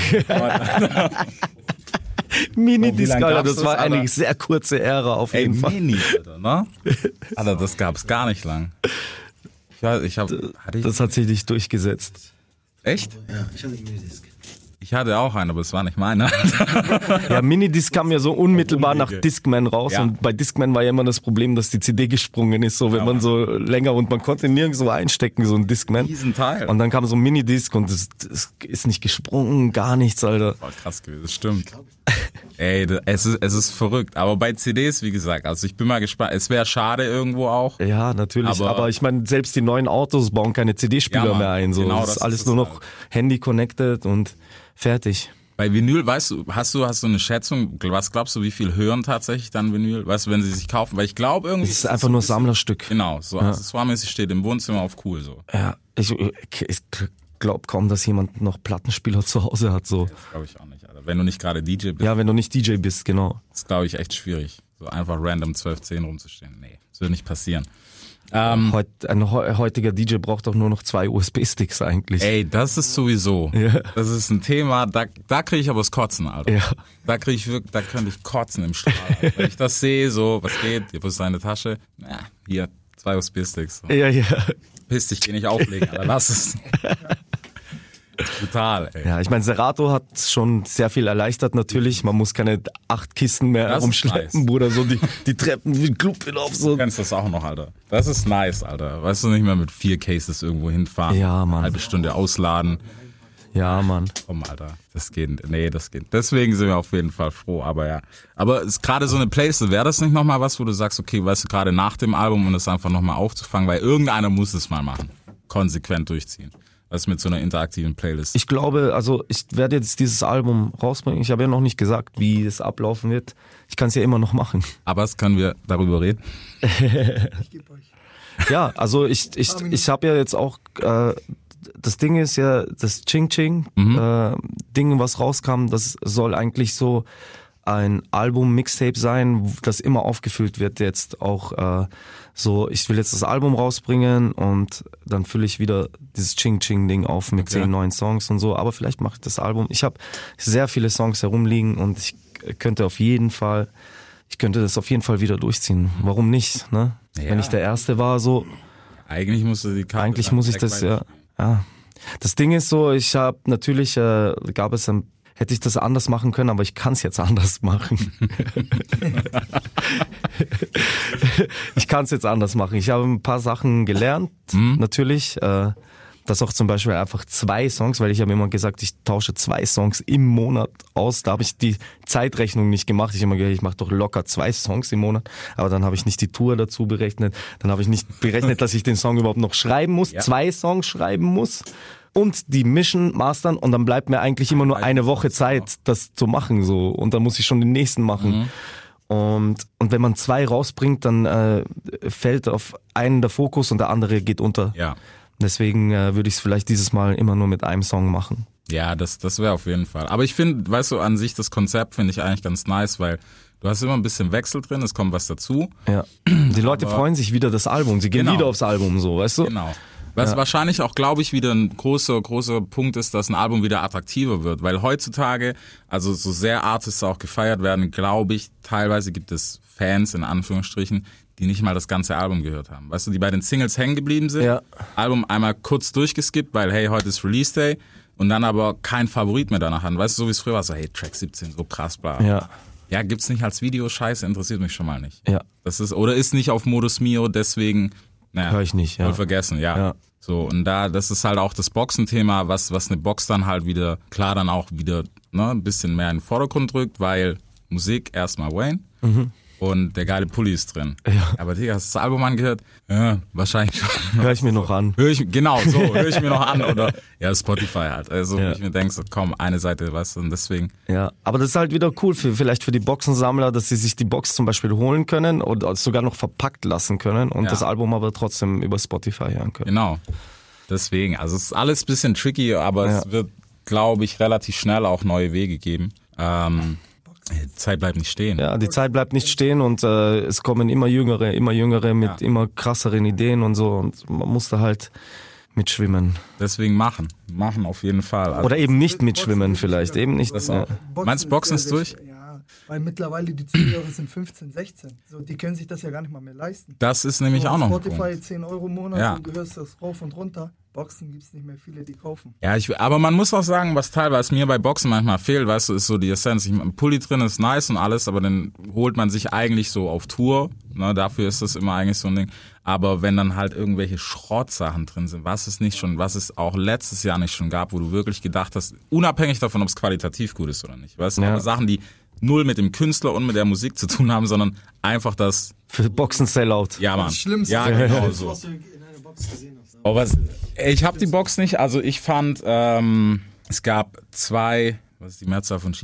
Minidisc, lang Alter, gab's das das, war Alter? eine sehr kurze Ära auf Ey, jeden Fall. Mini, Alter, ne? Alter, das gab's gar nicht lang. Hatte ich Das hat sich nicht durchgesetzt. echt? Ja, ich hatte Minidisc. Ich hatte auch einen, aber es war nicht meiner. Ja, Minidisc kam ja so unmittelbar nach Umwege. Discman raus Ja. und bei Discman war ja immer das Problem, dass die CD gesprungen ist, so wenn man so länger und man konnte nirgendwo einstecken, so ein Discman. Riesenteil. Und dann kam so ein Minidisc und es ist nicht gesprungen, gar nichts, Alter. Voll krass gewesen, das stimmt. Ey, es ist verrückt. Aber bei CDs, wie gesagt, also ich bin mal gespannt. Es wäre schade irgendwo auch. Ja, natürlich, aber ich meine, selbst die neuen Autos bauen keine CD-Spieler Ja, Mann, mehr ein, so. genau, das das ist alles ist nur es noch halt. Handy-connected und fertig. Bei Vinyl, weißt du, hast du eine Schätzung, was glaubst du, wie viel hören tatsächlich dann Vinyl? Weißt du, wenn sie sich kaufen? Weil ich glaube irgendwie... Es ist einfach nur so ein Sammlerstück. bisschen- Genau, so accessoiremäßig steht im Wohnzimmer auf cool so. Ja, ich glaube kaum, dass jemand noch Plattenspieler zu Hause hat, so. Glaube ich auch nicht, Alter. Wenn du nicht gerade DJ bist, Ja, wenn du nicht DJ bist, genau. ist glaube ich echt schwierig. So einfach random 12, 10 rumzustehen. Nee, das wird nicht passieren. Ein heutiger DJ braucht doch nur noch 2 USB-Sticks eigentlich. Ey, das ist sowieso. Ja. Das ist ein Thema, da kriege ich aber das Kotzen, Alter. Ja. Da könnte ich kotzen im Strahl. Wenn ich das sehe, so, was geht, wo ist deine Tasche? Ja, hier, 2 USB-Sticks. So. Ja. Piss dich, geh nicht auflegen, Alter, lass es. Total, ey. Ja, ich meine, Serato hat schon sehr viel erleichtert natürlich. Man muss keine 8 Kisten mehr Das ist rumschleppen, nice. Bruder, so die Treppen wie ein Club hinauf. So. Du kennst das auch noch, Alter. Das ist nice, Alter. Weißt du, nicht mehr mit 4 Cases irgendwo hinfahren. Ja, Mann. Eine halbe Stunde ausladen. Ja, Mann. Komm, Alter. Das geht. Nee, das geht. Deswegen sind wir auf jeden Fall froh, aber ja. Aber ist gerade so eine Playlist, wäre das nicht nochmal was, wo du sagst, okay, weißt du, gerade nach dem Album und es einfach nochmal aufzufangen, weil irgendeiner muss es mal machen. Konsequent durchziehen. Was mit so einer interaktiven Playlist. Ich glaube, also ich werde jetzt dieses Album rausbringen. Ich habe ja noch nicht gesagt, wie es ablaufen wird. Ich kann es ja immer noch machen. Aber es können wir darüber reden. Ich gebe euch. Ja, also ich habe ja jetzt auch, das Ding ist ja, das Ching Ching Ding, was rauskam, das soll eigentlich so ein Album-Mixtape sein, das immer aufgefüllt wird jetzt auch so, ich will jetzt das Album rausbringen und dann fülle ich wieder dieses Ching-Ching-Ding auf mit 10 neuen Songs und so, aber vielleicht mache ich das Album. Ich habe sehr viele Songs herumliegen und ich könnte das auf jeden Fall wieder durchziehen. Warum nicht, ne? Ja. Wenn ich der Erste war, so, Eigentlich musst du die Karte eigentlich muss ich das, ja. Das Ding ist so, ich habe natürlich, hätte ich das anders machen können, aber ich kann es jetzt anders machen. Ich kann es jetzt anders machen. Ich habe ein paar Sachen gelernt, natürlich. Das auch zum Beispiel einfach 2 Songs, weil ich habe immer gesagt, ich tausche 2 Songs im Monat aus. Da habe ich die Zeitrechnung nicht gemacht. Ich habe immer gedacht, ich mache doch locker 2 Songs im Monat. Aber dann habe ich nicht die Tour dazu berechnet. Dann habe ich nicht berechnet, dass ich den Song überhaupt noch schreiben muss, 2 Songs schreiben muss. Und die mischen, mastern und dann bleibt mir eigentlich immer nur eine Woche Zeit, das zu machen so. Und dann muss ich schon den nächsten machen. Und wenn man 2 rausbringt, dann fällt auf einen der Fokus und der andere geht unter. Ja. Deswegen würde ich es vielleicht dieses Mal immer nur mit einem Song machen. Ja, das wäre auf jeden Fall. Aber ich finde, weißt du, an sich das Konzept finde ich eigentlich ganz nice, weil du hast immer ein bisschen Wechsel drin, es kommt was dazu. Ja. Die Leute freuen sich wieder das Album, sie gehen Genau. wieder aufs Album, so, weißt du? Genau. Was wahrscheinlich auch, glaube ich, wieder ein großer Punkt ist, dass ein Album wieder attraktiver wird. Weil heutzutage, also so sehr Artists auch gefeiert werden, glaube ich, teilweise gibt es Fans, in Anführungsstrichen, die nicht mal das ganze Album gehört haben. Weißt du, die bei den Singles hängen geblieben sind, Ja. Album einmal kurz durchgeskippt, weil hey, heute ist Release Day und dann aber kein Favorit mehr danach hatten. Weißt du, so wie es früher war, so hey, Track 17, so krass, bla. Ja. Ja, gibt's nicht als Video, scheiße, interessiert mich schon mal nicht. Ja. Das ist, oder ist nicht auf Modus Mio, deswegen, naja. Hör ich nicht, ja. Voll vergessen, ja. Ja. So, und das ist halt auch das Boxenthema, was eine Box dann halt wieder, klar dann auch wieder, ne, ein bisschen mehr in den Vordergrund drückt, weil Musik erstmal Wayne und der geile Pulli ist drin. Ja. Aber Digga, hast du das Album angehört? Ja, wahrscheinlich schon. Hör ich mir noch an. Höre ich mir noch an oder, ja, Spotify halt. Also, Ja. ich mir denke so, komm, eine Seite, weißt du, und deswegen. Ja, aber das ist halt wieder cool vielleicht für die Boxensammler, dass sie sich die Box zum Beispiel holen können oder sogar noch verpackt lassen können und Ja. das Album aber trotzdem über Spotify hören können. Genau. Deswegen, also es ist alles ein bisschen tricky, aber Ja. es wird, glaube ich, relativ schnell auch neue Wege geben. Die Zeit bleibt nicht stehen. Ja, die Zeit bleibt nicht stehen und es kommen immer Jüngere mit immer krasseren Ideen und so und man muss da halt mitschwimmen. Deswegen machen auf jeden Fall. Also, Oder eben nicht mitschwimmen vielleicht, eben nicht. Das auch. Meinst du, Boxen ist durch? Ja, weil mittlerweile die Zuhörer sind 15, 16. So, die können sich das ja gar nicht mal mehr leisten. das ist nämlich So, auch noch ein Spotify Punkt. 10 Euro im Monat Ja. und du hörst das rauf und runter. Boxen gibt es nicht mehr viele, die kaufen. Ja, aber man muss auch sagen, was teilweise mir bei Boxen manchmal fehlt, weißt du, ist so die Essenz. Ein Pulli drin ist nice und alles, aber dann holt man sich eigentlich so auf Tour. Ne, dafür ist das immer eigentlich so ein Ding. Aber wenn dann halt irgendwelche Schrottsachen drin sind, was es auch letztes Jahr nicht schon gab, wo du wirklich gedacht hast, unabhängig davon, ob es qualitativ gut ist oder nicht, weißt du, Ja. aber Sachen, die null mit dem Künstler und mit der Musik zu tun haben, sondern einfach das, Für Boxen-Sellout. ja Mann, Das Schlimmste. ja genau so. Was du in einer Box gesehen hast. Oh, ich habe die Box nicht, also ich fand, es gab 2, was ist die Mehrzahl von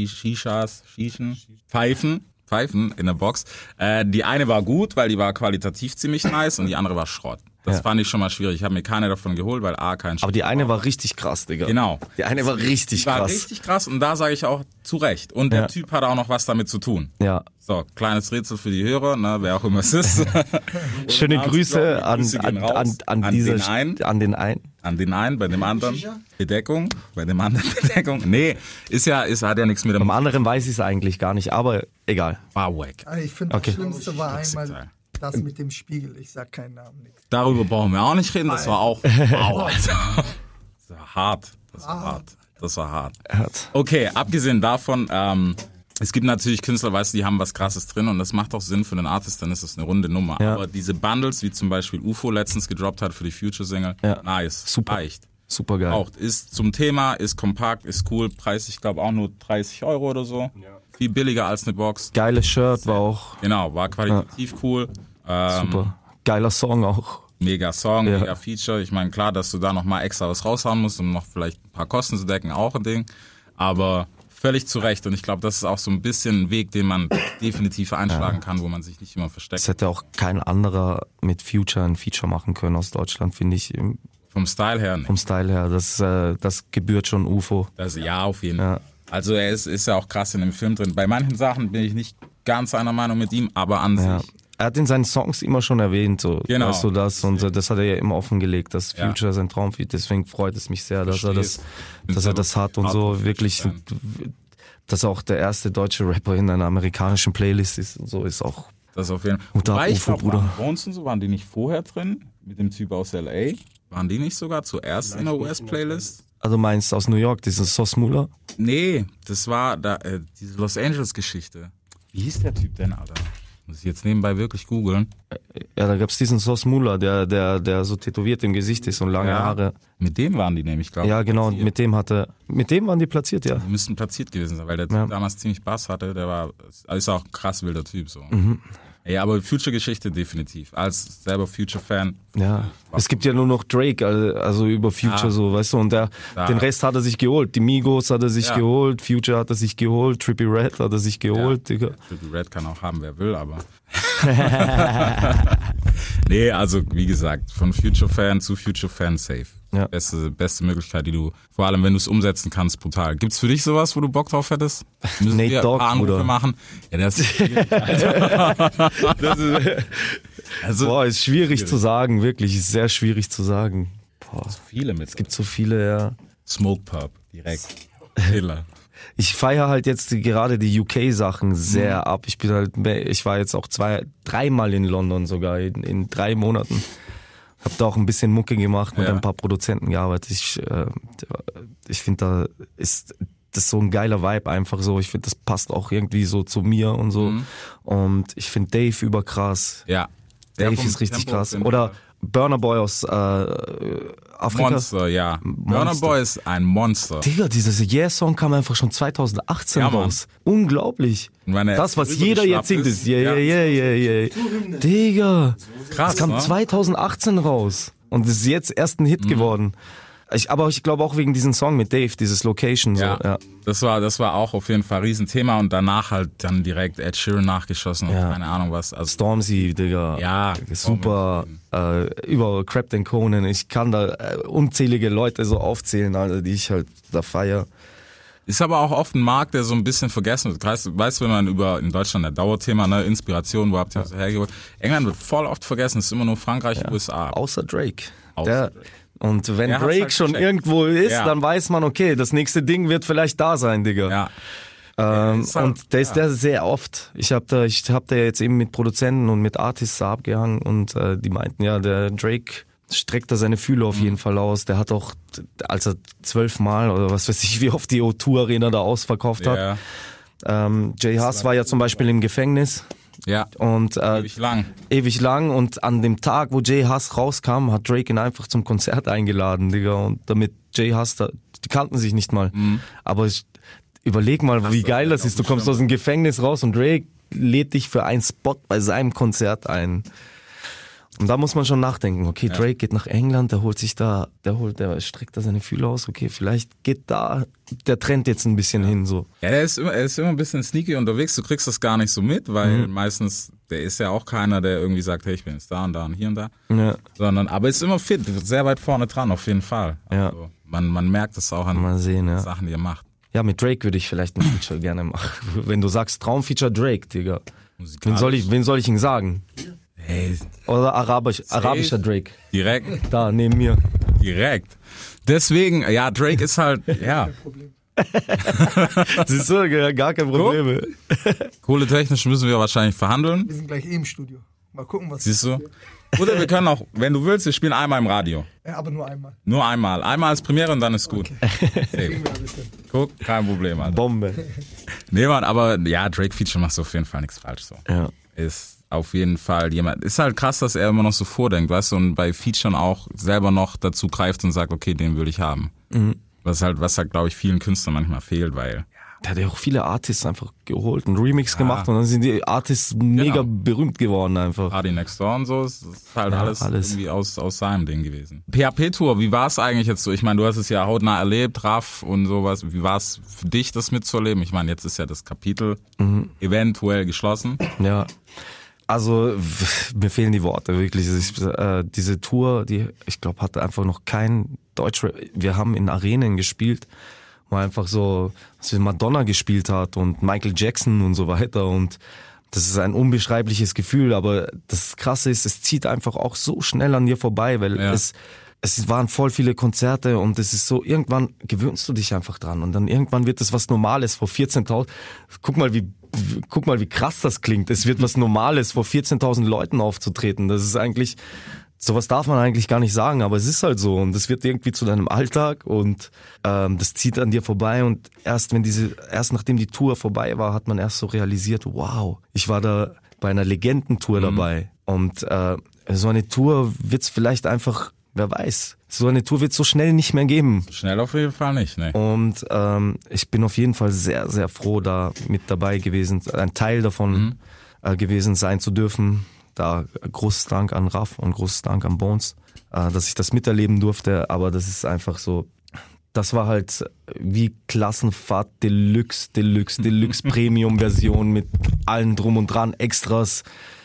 Pfeifen in der Box. Die eine war gut, weil die war qualitativ ziemlich nice und die andere war Schrott. Das fand ich schon mal schwierig. Ich habe mir keine davon geholt, weil kein Aber die eine war richtig krass, Digga. Genau. Die eine war richtig War krass. richtig krass und da sage ich auch zu Recht. Und der Typ hat auch noch was damit zu tun. Ja. So, kleines Rätsel für die Hörer, ne, wer auch immer es ist. Schöne Grüße an den einen. Bei dem anderen Bedeckung, bei dem anderen Bedeckung. Nee, hat ja nichts mit dem Beim anderen weiß ich es eigentlich gar nicht, aber egal. war wack. Also ich finde, Okay. das Schlimmste war einmal Teil. das mit dem Spiegel. Ich sag keinen Namen, nix. Darüber brauchen wir auch nicht reden, das war auch wow, Alter. Das war hart. Das war hart. Okay, abgesehen davon, es gibt natürlich Künstler, weißt du, die haben was Krasses drin und das macht auch Sinn für den Artist, dann ist das eine runde Nummer. Ja. Aber diese Bundles, wie zum Beispiel UFO letztens gedroppt hat für die Future-Single, nice, Super. reicht. Super geil. Auch ist zum Thema, ist kompakt, ist cool, Preis, ich glaube auch nur 30 € oder so. Viel billiger als eine Box. Geiles Shirt war auch Genau, war qualitativ cool. super. Geiler Song auch. Mega Song, mega Feature. Ich meine, klar, dass du da nochmal extra was raushauen musst, um noch vielleicht ein paar Kosten zu decken, auch ein Ding. Aber völlig zu Recht. Und ich glaube, das ist auch so ein bisschen ein Weg, den man definitiv einschlagen kann, wo man sich nicht immer Es versteckt. hätte auch kein anderer mit Future ein Feature machen können aus Deutschland, finde ich. Vom Style her nicht. Vom Style her. Das gebührt schon UFO. Das, ja, auf jeden Fall. Also er ist ja auch krass in dem Film drin. Bei manchen Sachen bin ich nicht ganz einer Meinung mit ihm, aber an sich. Er hat in seinen Songs immer schon erwähnt, so, Genau. weißt du das, und das hat er ja immer offengelegt, dass Future sein Traumfeed, deswegen freut es mich sehr, dass er das hat und so, wirklich, dass er auch der erste deutsche Rapper in einer amerikanischen Playlist ist und so, ist auch. Das auf jeden Fall. Hut ab, Wobei ich UFO, glaub, Bruder. Bones und so, waren die nicht vorher drin? Mit dem Typ aus L.A.? Waren die nicht sogar zuerst in der US-Playlist? Also meinst aus New York, diesen Sauce Mula? Nee, das war da, diese Los Angeles-Geschichte. Wie hieß der Typ denn, Alter? Muss ich jetzt nebenbei wirklich googeln. Ja, da gab's diesen Sauce Mula, der so tätowiert im Gesicht ist und lange Haare. Mit dem waren die nämlich, glaube ich. Ja, genau, und mit dem waren die platziert, ja. Die müssten platziert gewesen sein, weil der Typ damals ziemlich Bass hatte. Ist auch ein krass wilder Typ, so. Ja, aber Future-Geschichte definitiv. Als selber Future-Fan. Ja, es gibt ja nur noch Drake, also über Future so, weißt du, und den Rest hat er sich geholt. Die Migos hat er sich geholt, Future hat er sich geholt, Trippie Redd hat er sich geholt, Digga. Trippie Redd kann auch haben, wer will, aber... Nee, also wie gesagt, von Future-Fan zu Future-Fan safe. Ja. Beste Möglichkeit, die du, vor allem wenn du es umsetzen kannst, brutal. Gibt's für dich sowas, wo du Bock drauf hättest? Müssen Nate wir Dogg, ein paar Anrufe Bruder. machen? Ja, das ist schwierig, Alter. Also, Ist schwierig zu sagen, wirklich, ist sehr schwierig zu sagen. viele mit. Es gibt so viele, ja. Smoke Pub, direkt. Killer. Ich feiere halt jetzt gerade die UK-Sachen sehr ab. Ich war jetzt auch 3 Mal in London sogar, in 3 Monaten. Hab da auch ein bisschen Mucke gemacht, mit ein paar Produzenten gearbeitet. Ich finde, da ist das so ein geiler Vibe einfach so. Ich finde, das passt auch irgendwie so zu mir und so. Und ich finde Dave überkrass. Ja. Dave vom ist richtig Tempo krass. sind Oder Burna Boy aus Afrika. Monster, ja. Burna Boy ist ein Monster. Digga, dieser Yeah-Song kam einfach schon 2018 Ja, Mann. raus. Unglaublich. Und wenn er Das, was jeder jetzt singt, ist yeah. Digga, Krass, das kam ne? 2018 raus. Und ist jetzt erst ein Hit geworden. Aber ich glaube auch wegen diesem Song mit Dave, dieses Location. So, ja. Das war auch auf jeden Fall ein Riesenthema und danach halt dann direkt Ed Sheeran nachgeschossen und keine Ahnung was. Also, Stormzy, Digga. Ja, Super. Über Clapton, Conan. Ich kann da unzählige Leute so aufzählen, Alter, die ich halt da feier. ist aber auch oft ein Markt, der so ein bisschen vergessen wird. Weißt du, wenn man in Deutschland, der Dauerthema, ne, Inspiration, wo habt ihr das hergeholt? England wird voll oft vergessen, es ist immer nur Frankreich, USA. Außer Drake. Außer Drake. Und wenn Der hat's Drake halt schon gecheckt. irgendwo ist, Ja. dann weiß man, okay, das nächste Ding wird vielleicht da sein, Digga. Ja. Ist halt- Und der ist der sehr oft. Ich hab da jetzt eben mit Produzenten und mit Artists abgehangen und die meinten, ja, der Drake streckt da seine Fühle auf jeden Fall aus. Der hat auch, als er 12 Mal oder was weiß ich, wie oft die O2 Arena da ausverkauft hat. Ja. Jay Huss war ja zum Beispiel im Gefängnis. Ja. Und Ewig lang. und an dem Tag, wo Jay Huss rauskam, hat Drake ihn einfach zum Konzert eingeladen, Digga, und damit Jay Huss die kannten sich nicht mal. Aber überleg mal, wie geil das ist. Du kommst aus dem Gefängnis raus und Drake lädt dich für einen Spot bei seinem Konzert ein. Und da muss man schon nachdenken, okay, Drake geht nach England, der streckt da seine Fühler aus, okay, vielleicht geht da der Trend jetzt ein bisschen hin, so. Ja, er ist immer ein bisschen sneaky unterwegs, du kriegst das gar nicht so mit, weil meistens, der ist ja auch keiner, der irgendwie sagt, hey, ich bin jetzt da und hier und da. Ja. Aber ist immer fit, sehr weit vorne dran, auf jeden Fall. Also, man merkt es auch an Sachen, die er macht. Ja, mit Drake würde ich vielleicht ein Feature gerne machen. Wenn du sagst, Traumfeature Drake, Digga. Wen soll ich ihn sagen? Hey. Oder arabischer Drake. Direkt. Da, neben mir. Direkt. Deswegen, ja, Drake ist halt, ja. Siehst du, gar kein Problem. Kohletechnisch müssen wir wahrscheinlich verhandeln. Wir sind gleich im Studio. Mal gucken, was Siehst du? Oder wir können auch, wenn du willst, wir spielen einmal im Radio. Ja, aber nur einmal. Nur einmal. Einmal als Premiere und dann ist gut. Okay. Guck, kein Problem, Alter. Bombe. Nee, Mann, aber ja, Drake-Feature machst du auf jeden Fall nichts falsch so. Ja. Ist auf jeden Fall jemand. Ist halt krass, dass er immer noch so vordenkt, weißt du, und bei Featuren auch selber noch dazu greift und sagt, okay, den will ich haben. Was halt, glaube ich, vielen Künstlern manchmal fehlt, weil. Der hat ja auch viele Artists einfach geholt, einen Remix gemacht und dann sind die Artists mega berühmt geworden einfach. Party Next Door und so, ist halt alles irgendwie aus seinem Ding gewesen. PHP-Tour, wie war es eigentlich jetzt so? Ich meine, du hast es ja hautnah erlebt, Raff und sowas. Wie war es für dich, das mitzuerleben? Ich meine, jetzt ist ja das Kapitel eventuell geschlossen. Ja, also mir fehlen die Worte, wirklich. Diese Tour, ich glaube, hatte einfach noch kein Deutschrap. Wir haben in Arenen gespielt, wo einfach so, was wie Madonna gespielt hat und Michael Jackson und so weiter, und das ist ein unbeschreibliches Gefühl, aber das Krasse ist, es zieht einfach auch so schnell an dir vorbei, weil es waren voll viele Konzerte und es ist so, irgendwann gewöhnst du dich einfach dran und dann irgendwann wird es was Normales vor 14.000, guck mal, wie krass das klingt, es wird was Normales vor 14.000 Leuten aufzutreten, das ist eigentlich, sowas darf man eigentlich gar nicht sagen, aber es ist halt so und es wird irgendwie zu deinem Alltag und das zieht an dir vorbei und erst nachdem die Tour vorbei war, hat man erst so realisiert, wow, ich war da bei einer Legendentour dabei und so eine Tour wird's vielleicht einfach, wer weiß, so eine Tour wird's so schnell nicht mehr geben. Schnell auf jeden Fall nicht, ne. Und ich bin auf jeden Fall sehr, sehr froh, da mit dabei gewesen, ein Teil davon gewesen sein zu dürfen. Da großes Dank an Raff und großes Dank an Bones, dass ich das miterleben durfte, aber das ist einfach so, das war halt wie Klassenfahrt Deluxe Premium-Version mit allen drum und dran, Extras.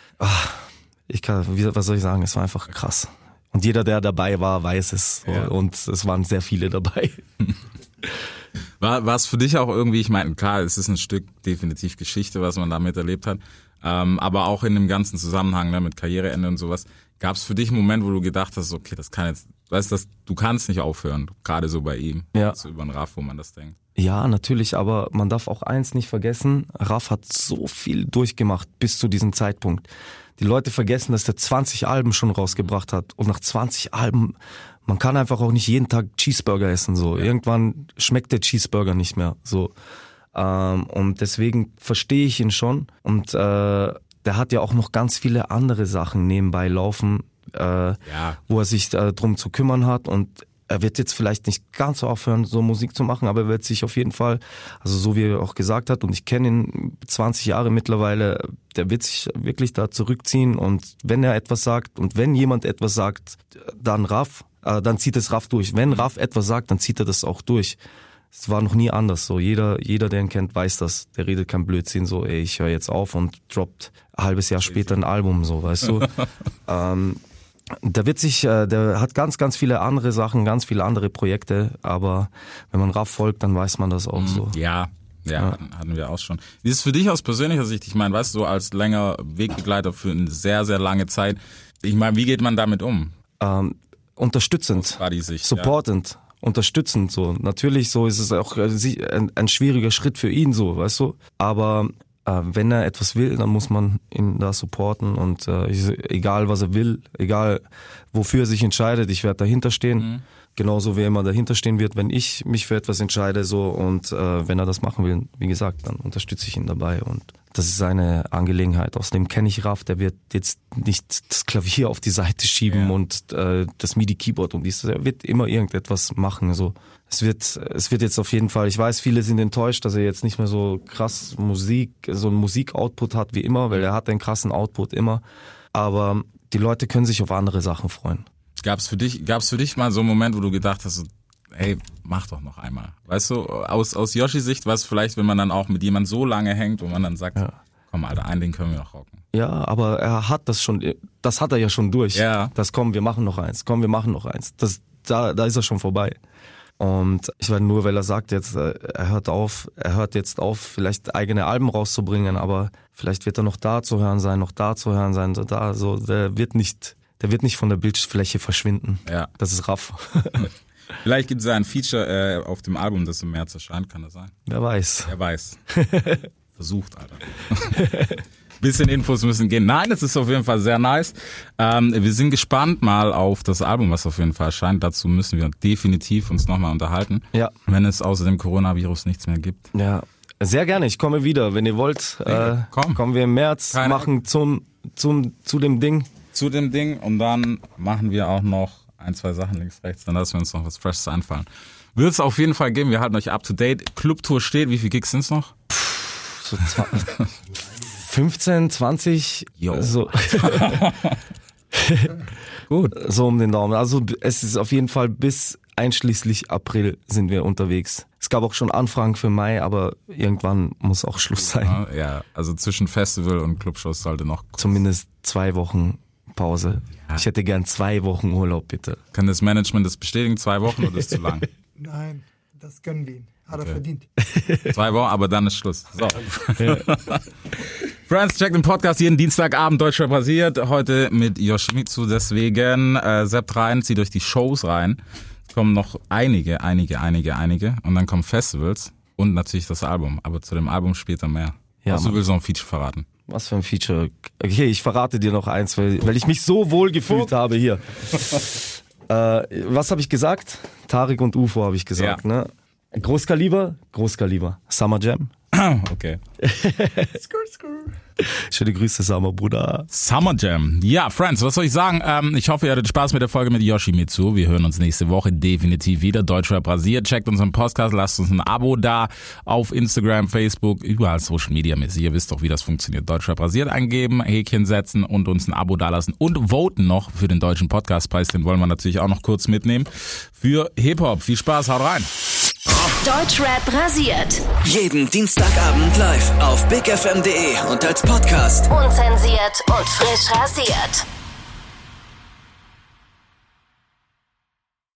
Was soll ich sagen, es war einfach krass. Und jeder, der dabei war, weiß es. Ja. Und es waren sehr viele dabei. War es für dich auch irgendwie, ich meine, klar, es ist ein Stück definitiv Geschichte, was man da miterlebt hat, aber auch in dem ganzen Zusammenhang, ne, mit Karriereende und sowas, gab es für dich einen Moment, wo du gedacht hast, okay, das kann jetzt, weißt du, du kannst nicht aufhören, gerade so bei ihm, so über den Raff, wo man das denkt. Ja, natürlich, aber man darf auch eins nicht vergessen, Raff hat so viel durchgemacht bis zu diesem Zeitpunkt. Die Leute vergessen, dass der 20 Alben schon rausgebracht hat und nach 20 Alben, man kann einfach auch nicht jeden Tag Cheeseburger essen, so. Ja. Irgendwann schmeckt der Cheeseburger nicht mehr, so. Und deswegen verstehe ich ihn schon und der hat ja auch noch ganz viele andere Sachen nebenbei laufen, wo er sich drum zu kümmern hat und er wird jetzt vielleicht nicht ganz so aufhören, so Musik zu machen, aber er wird sich auf jeden Fall, also so wie er auch gesagt hat, und ich kenne ihn 20 Jahre mittlerweile, der wird sich wirklich da zurückziehen und wenn er etwas sagt und wenn jemand etwas sagt, dann Raff, dann zieht es Raff durch. Wenn Raff etwas sagt, dann zieht er das auch durch. Es war noch nie anders so. Jeder, der ihn kennt, weiß das. Der redet kein Blödsinn so, ey, ich höre jetzt auf und droppt ein halbes Jahr später ein Album, so, weißt du. Der hat ganz, ganz viele andere Sachen, ganz viele andere Projekte, aber wenn man Raff folgt, dann weiß man das auch so. Ja, hatten wir auch schon. Wie ist es für dich aus persönlicher Sicht? Ich meine, weißt du, so als länger Wegbegleiter für eine sehr, sehr lange Zeit, ich meine, wie geht man damit um? Unterstützend, supportend. Unterstützend, so. Natürlich, so ist es auch ein schwieriger Schritt für ihn, so, weißt du. Aber wenn er etwas will, dann muss man ihn da supporten und egal was er will, egal wofür er sich entscheidet, ich werde dahinter stehen. Genauso wie er immer dahinter stehen wird, wenn ich mich für etwas entscheide, so, und wenn er das machen will, wie gesagt, dann unterstütze ich ihn dabei und das ist seine Angelegenheit. Außerdem kenne ich Raff, der wird jetzt nicht das Klavier auf die Seite schieben und das MIDI-Keyboard und dies. Er wird immer irgendetwas machen. So. Es wird jetzt auf jeden Fall, ich weiß, viele sind enttäuscht, dass er jetzt nicht mehr so krass so einen Musik-Output hat wie immer, weil er hat einen krassen Output immer. Aber die Leute können sich auf andere Sachen freuen. Gab's für dich mal so einen Moment, wo du gedacht hast, so, ey, mach doch noch einmal. Weißt du, aus Yoshis Sicht, was vielleicht, wenn man dann auch mit jemandem so lange hängt, wo man dann sagt, komm Alter, ein Ding können wir noch rocken. Ja, aber er hat das hat er ja schon durch. Ja. Wir machen noch eins. Da ist er schon vorbei. Und ich meine, nur weil er sagt jetzt, er hört jetzt auf, vielleicht eigene Alben rauszubringen, aber vielleicht wird er noch da zu hören sein, der wird nicht von der Bildfläche verschwinden. Ja. Das ist Raff. Vielleicht gibt es ja ein Feature auf dem Album, das im März erscheint, kann das sein? Wer weiß. Versucht, Alter. Bisschen Infos müssen gehen. Nein, es ist auf jeden Fall sehr nice. Wir sind gespannt mal auf das Album, was auf jeden Fall erscheint. Dazu müssen wir definitiv uns nochmal unterhalten. Ja. Wenn es außer dem Coronavirus nichts mehr gibt. Ja, sehr gerne. Ich komme wieder, wenn ihr wollt. Kommen wir im März, machen zu dem Ding. Zu dem Ding und dann machen wir auch noch 1, 2 Sachen links, rechts. Dann lassen wir uns noch was Freshes einfallen. Wird es auf jeden Fall geben. Wir halten euch up to date. Clubtour steht. Wie viele Gigs sind es noch? So 15, 20, so. Gut. So um den Daumen. Also es ist auf jeden Fall bis einschließlich April sind wir unterwegs. Es gab auch schon Anfragen für Mai, aber irgendwann muss auch Schluss sein. Ja, also zwischen Festival und Clubshows sollte noch zumindest 2 Wochen Pause. Ja. Ich hätte gern 2 Wochen Urlaub, bitte. Kann das Management das bestätigen? 2 Wochen oder ist zu lang? Nein, das gönnen wir ihm. Hat er verdient. 2 Wochen, aber dann ist Schluss. So. Ja. Friends, checkt den Podcast jeden Dienstagabend, Deutschrap rasiert. Heute mit Yoshimitsu, deswegen Sept rein, zieht euch die Shows rein. Es kommen noch einige. Und dann kommen Festivals und natürlich das Album. Aber zu dem Album später mehr. Ja, du willst noch ein Feature verraten? Was für ein Feature? Okay, ich verrate dir noch eins, weil ich mich so wohl gefühlt habe hier. Was habe ich gesagt? Tarik und UFO habe ich gesagt, ne? Großkaliber. Summer Jam. Okay. Schöne Grüße, Summer, Bruder. Summer Jam. Ja, Friends, was soll ich sagen? Ich hoffe, ihr hattet Spaß mit der Folge mit Yoshimitsu. Wir hören uns nächste Woche definitiv wieder. Deutschrap rasiert. Checkt unseren Podcast, lasst uns ein Abo da auf Instagram, Facebook, überall Social Media mäßig. Ihr wisst doch, wie das funktioniert. Deutschrap rasiert eingeben, Häkchen setzen und uns ein Abo dalassen und voten noch für den Deutschen Podcastpreis. Den wollen wir natürlich auch noch kurz mitnehmen. Für Hip-Hop. Viel Spaß, haut rein. Deutschrap rasiert. Jeden Dienstagabend live auf bigfm.de und als Podcast. Unzensiert und frisch rasiert.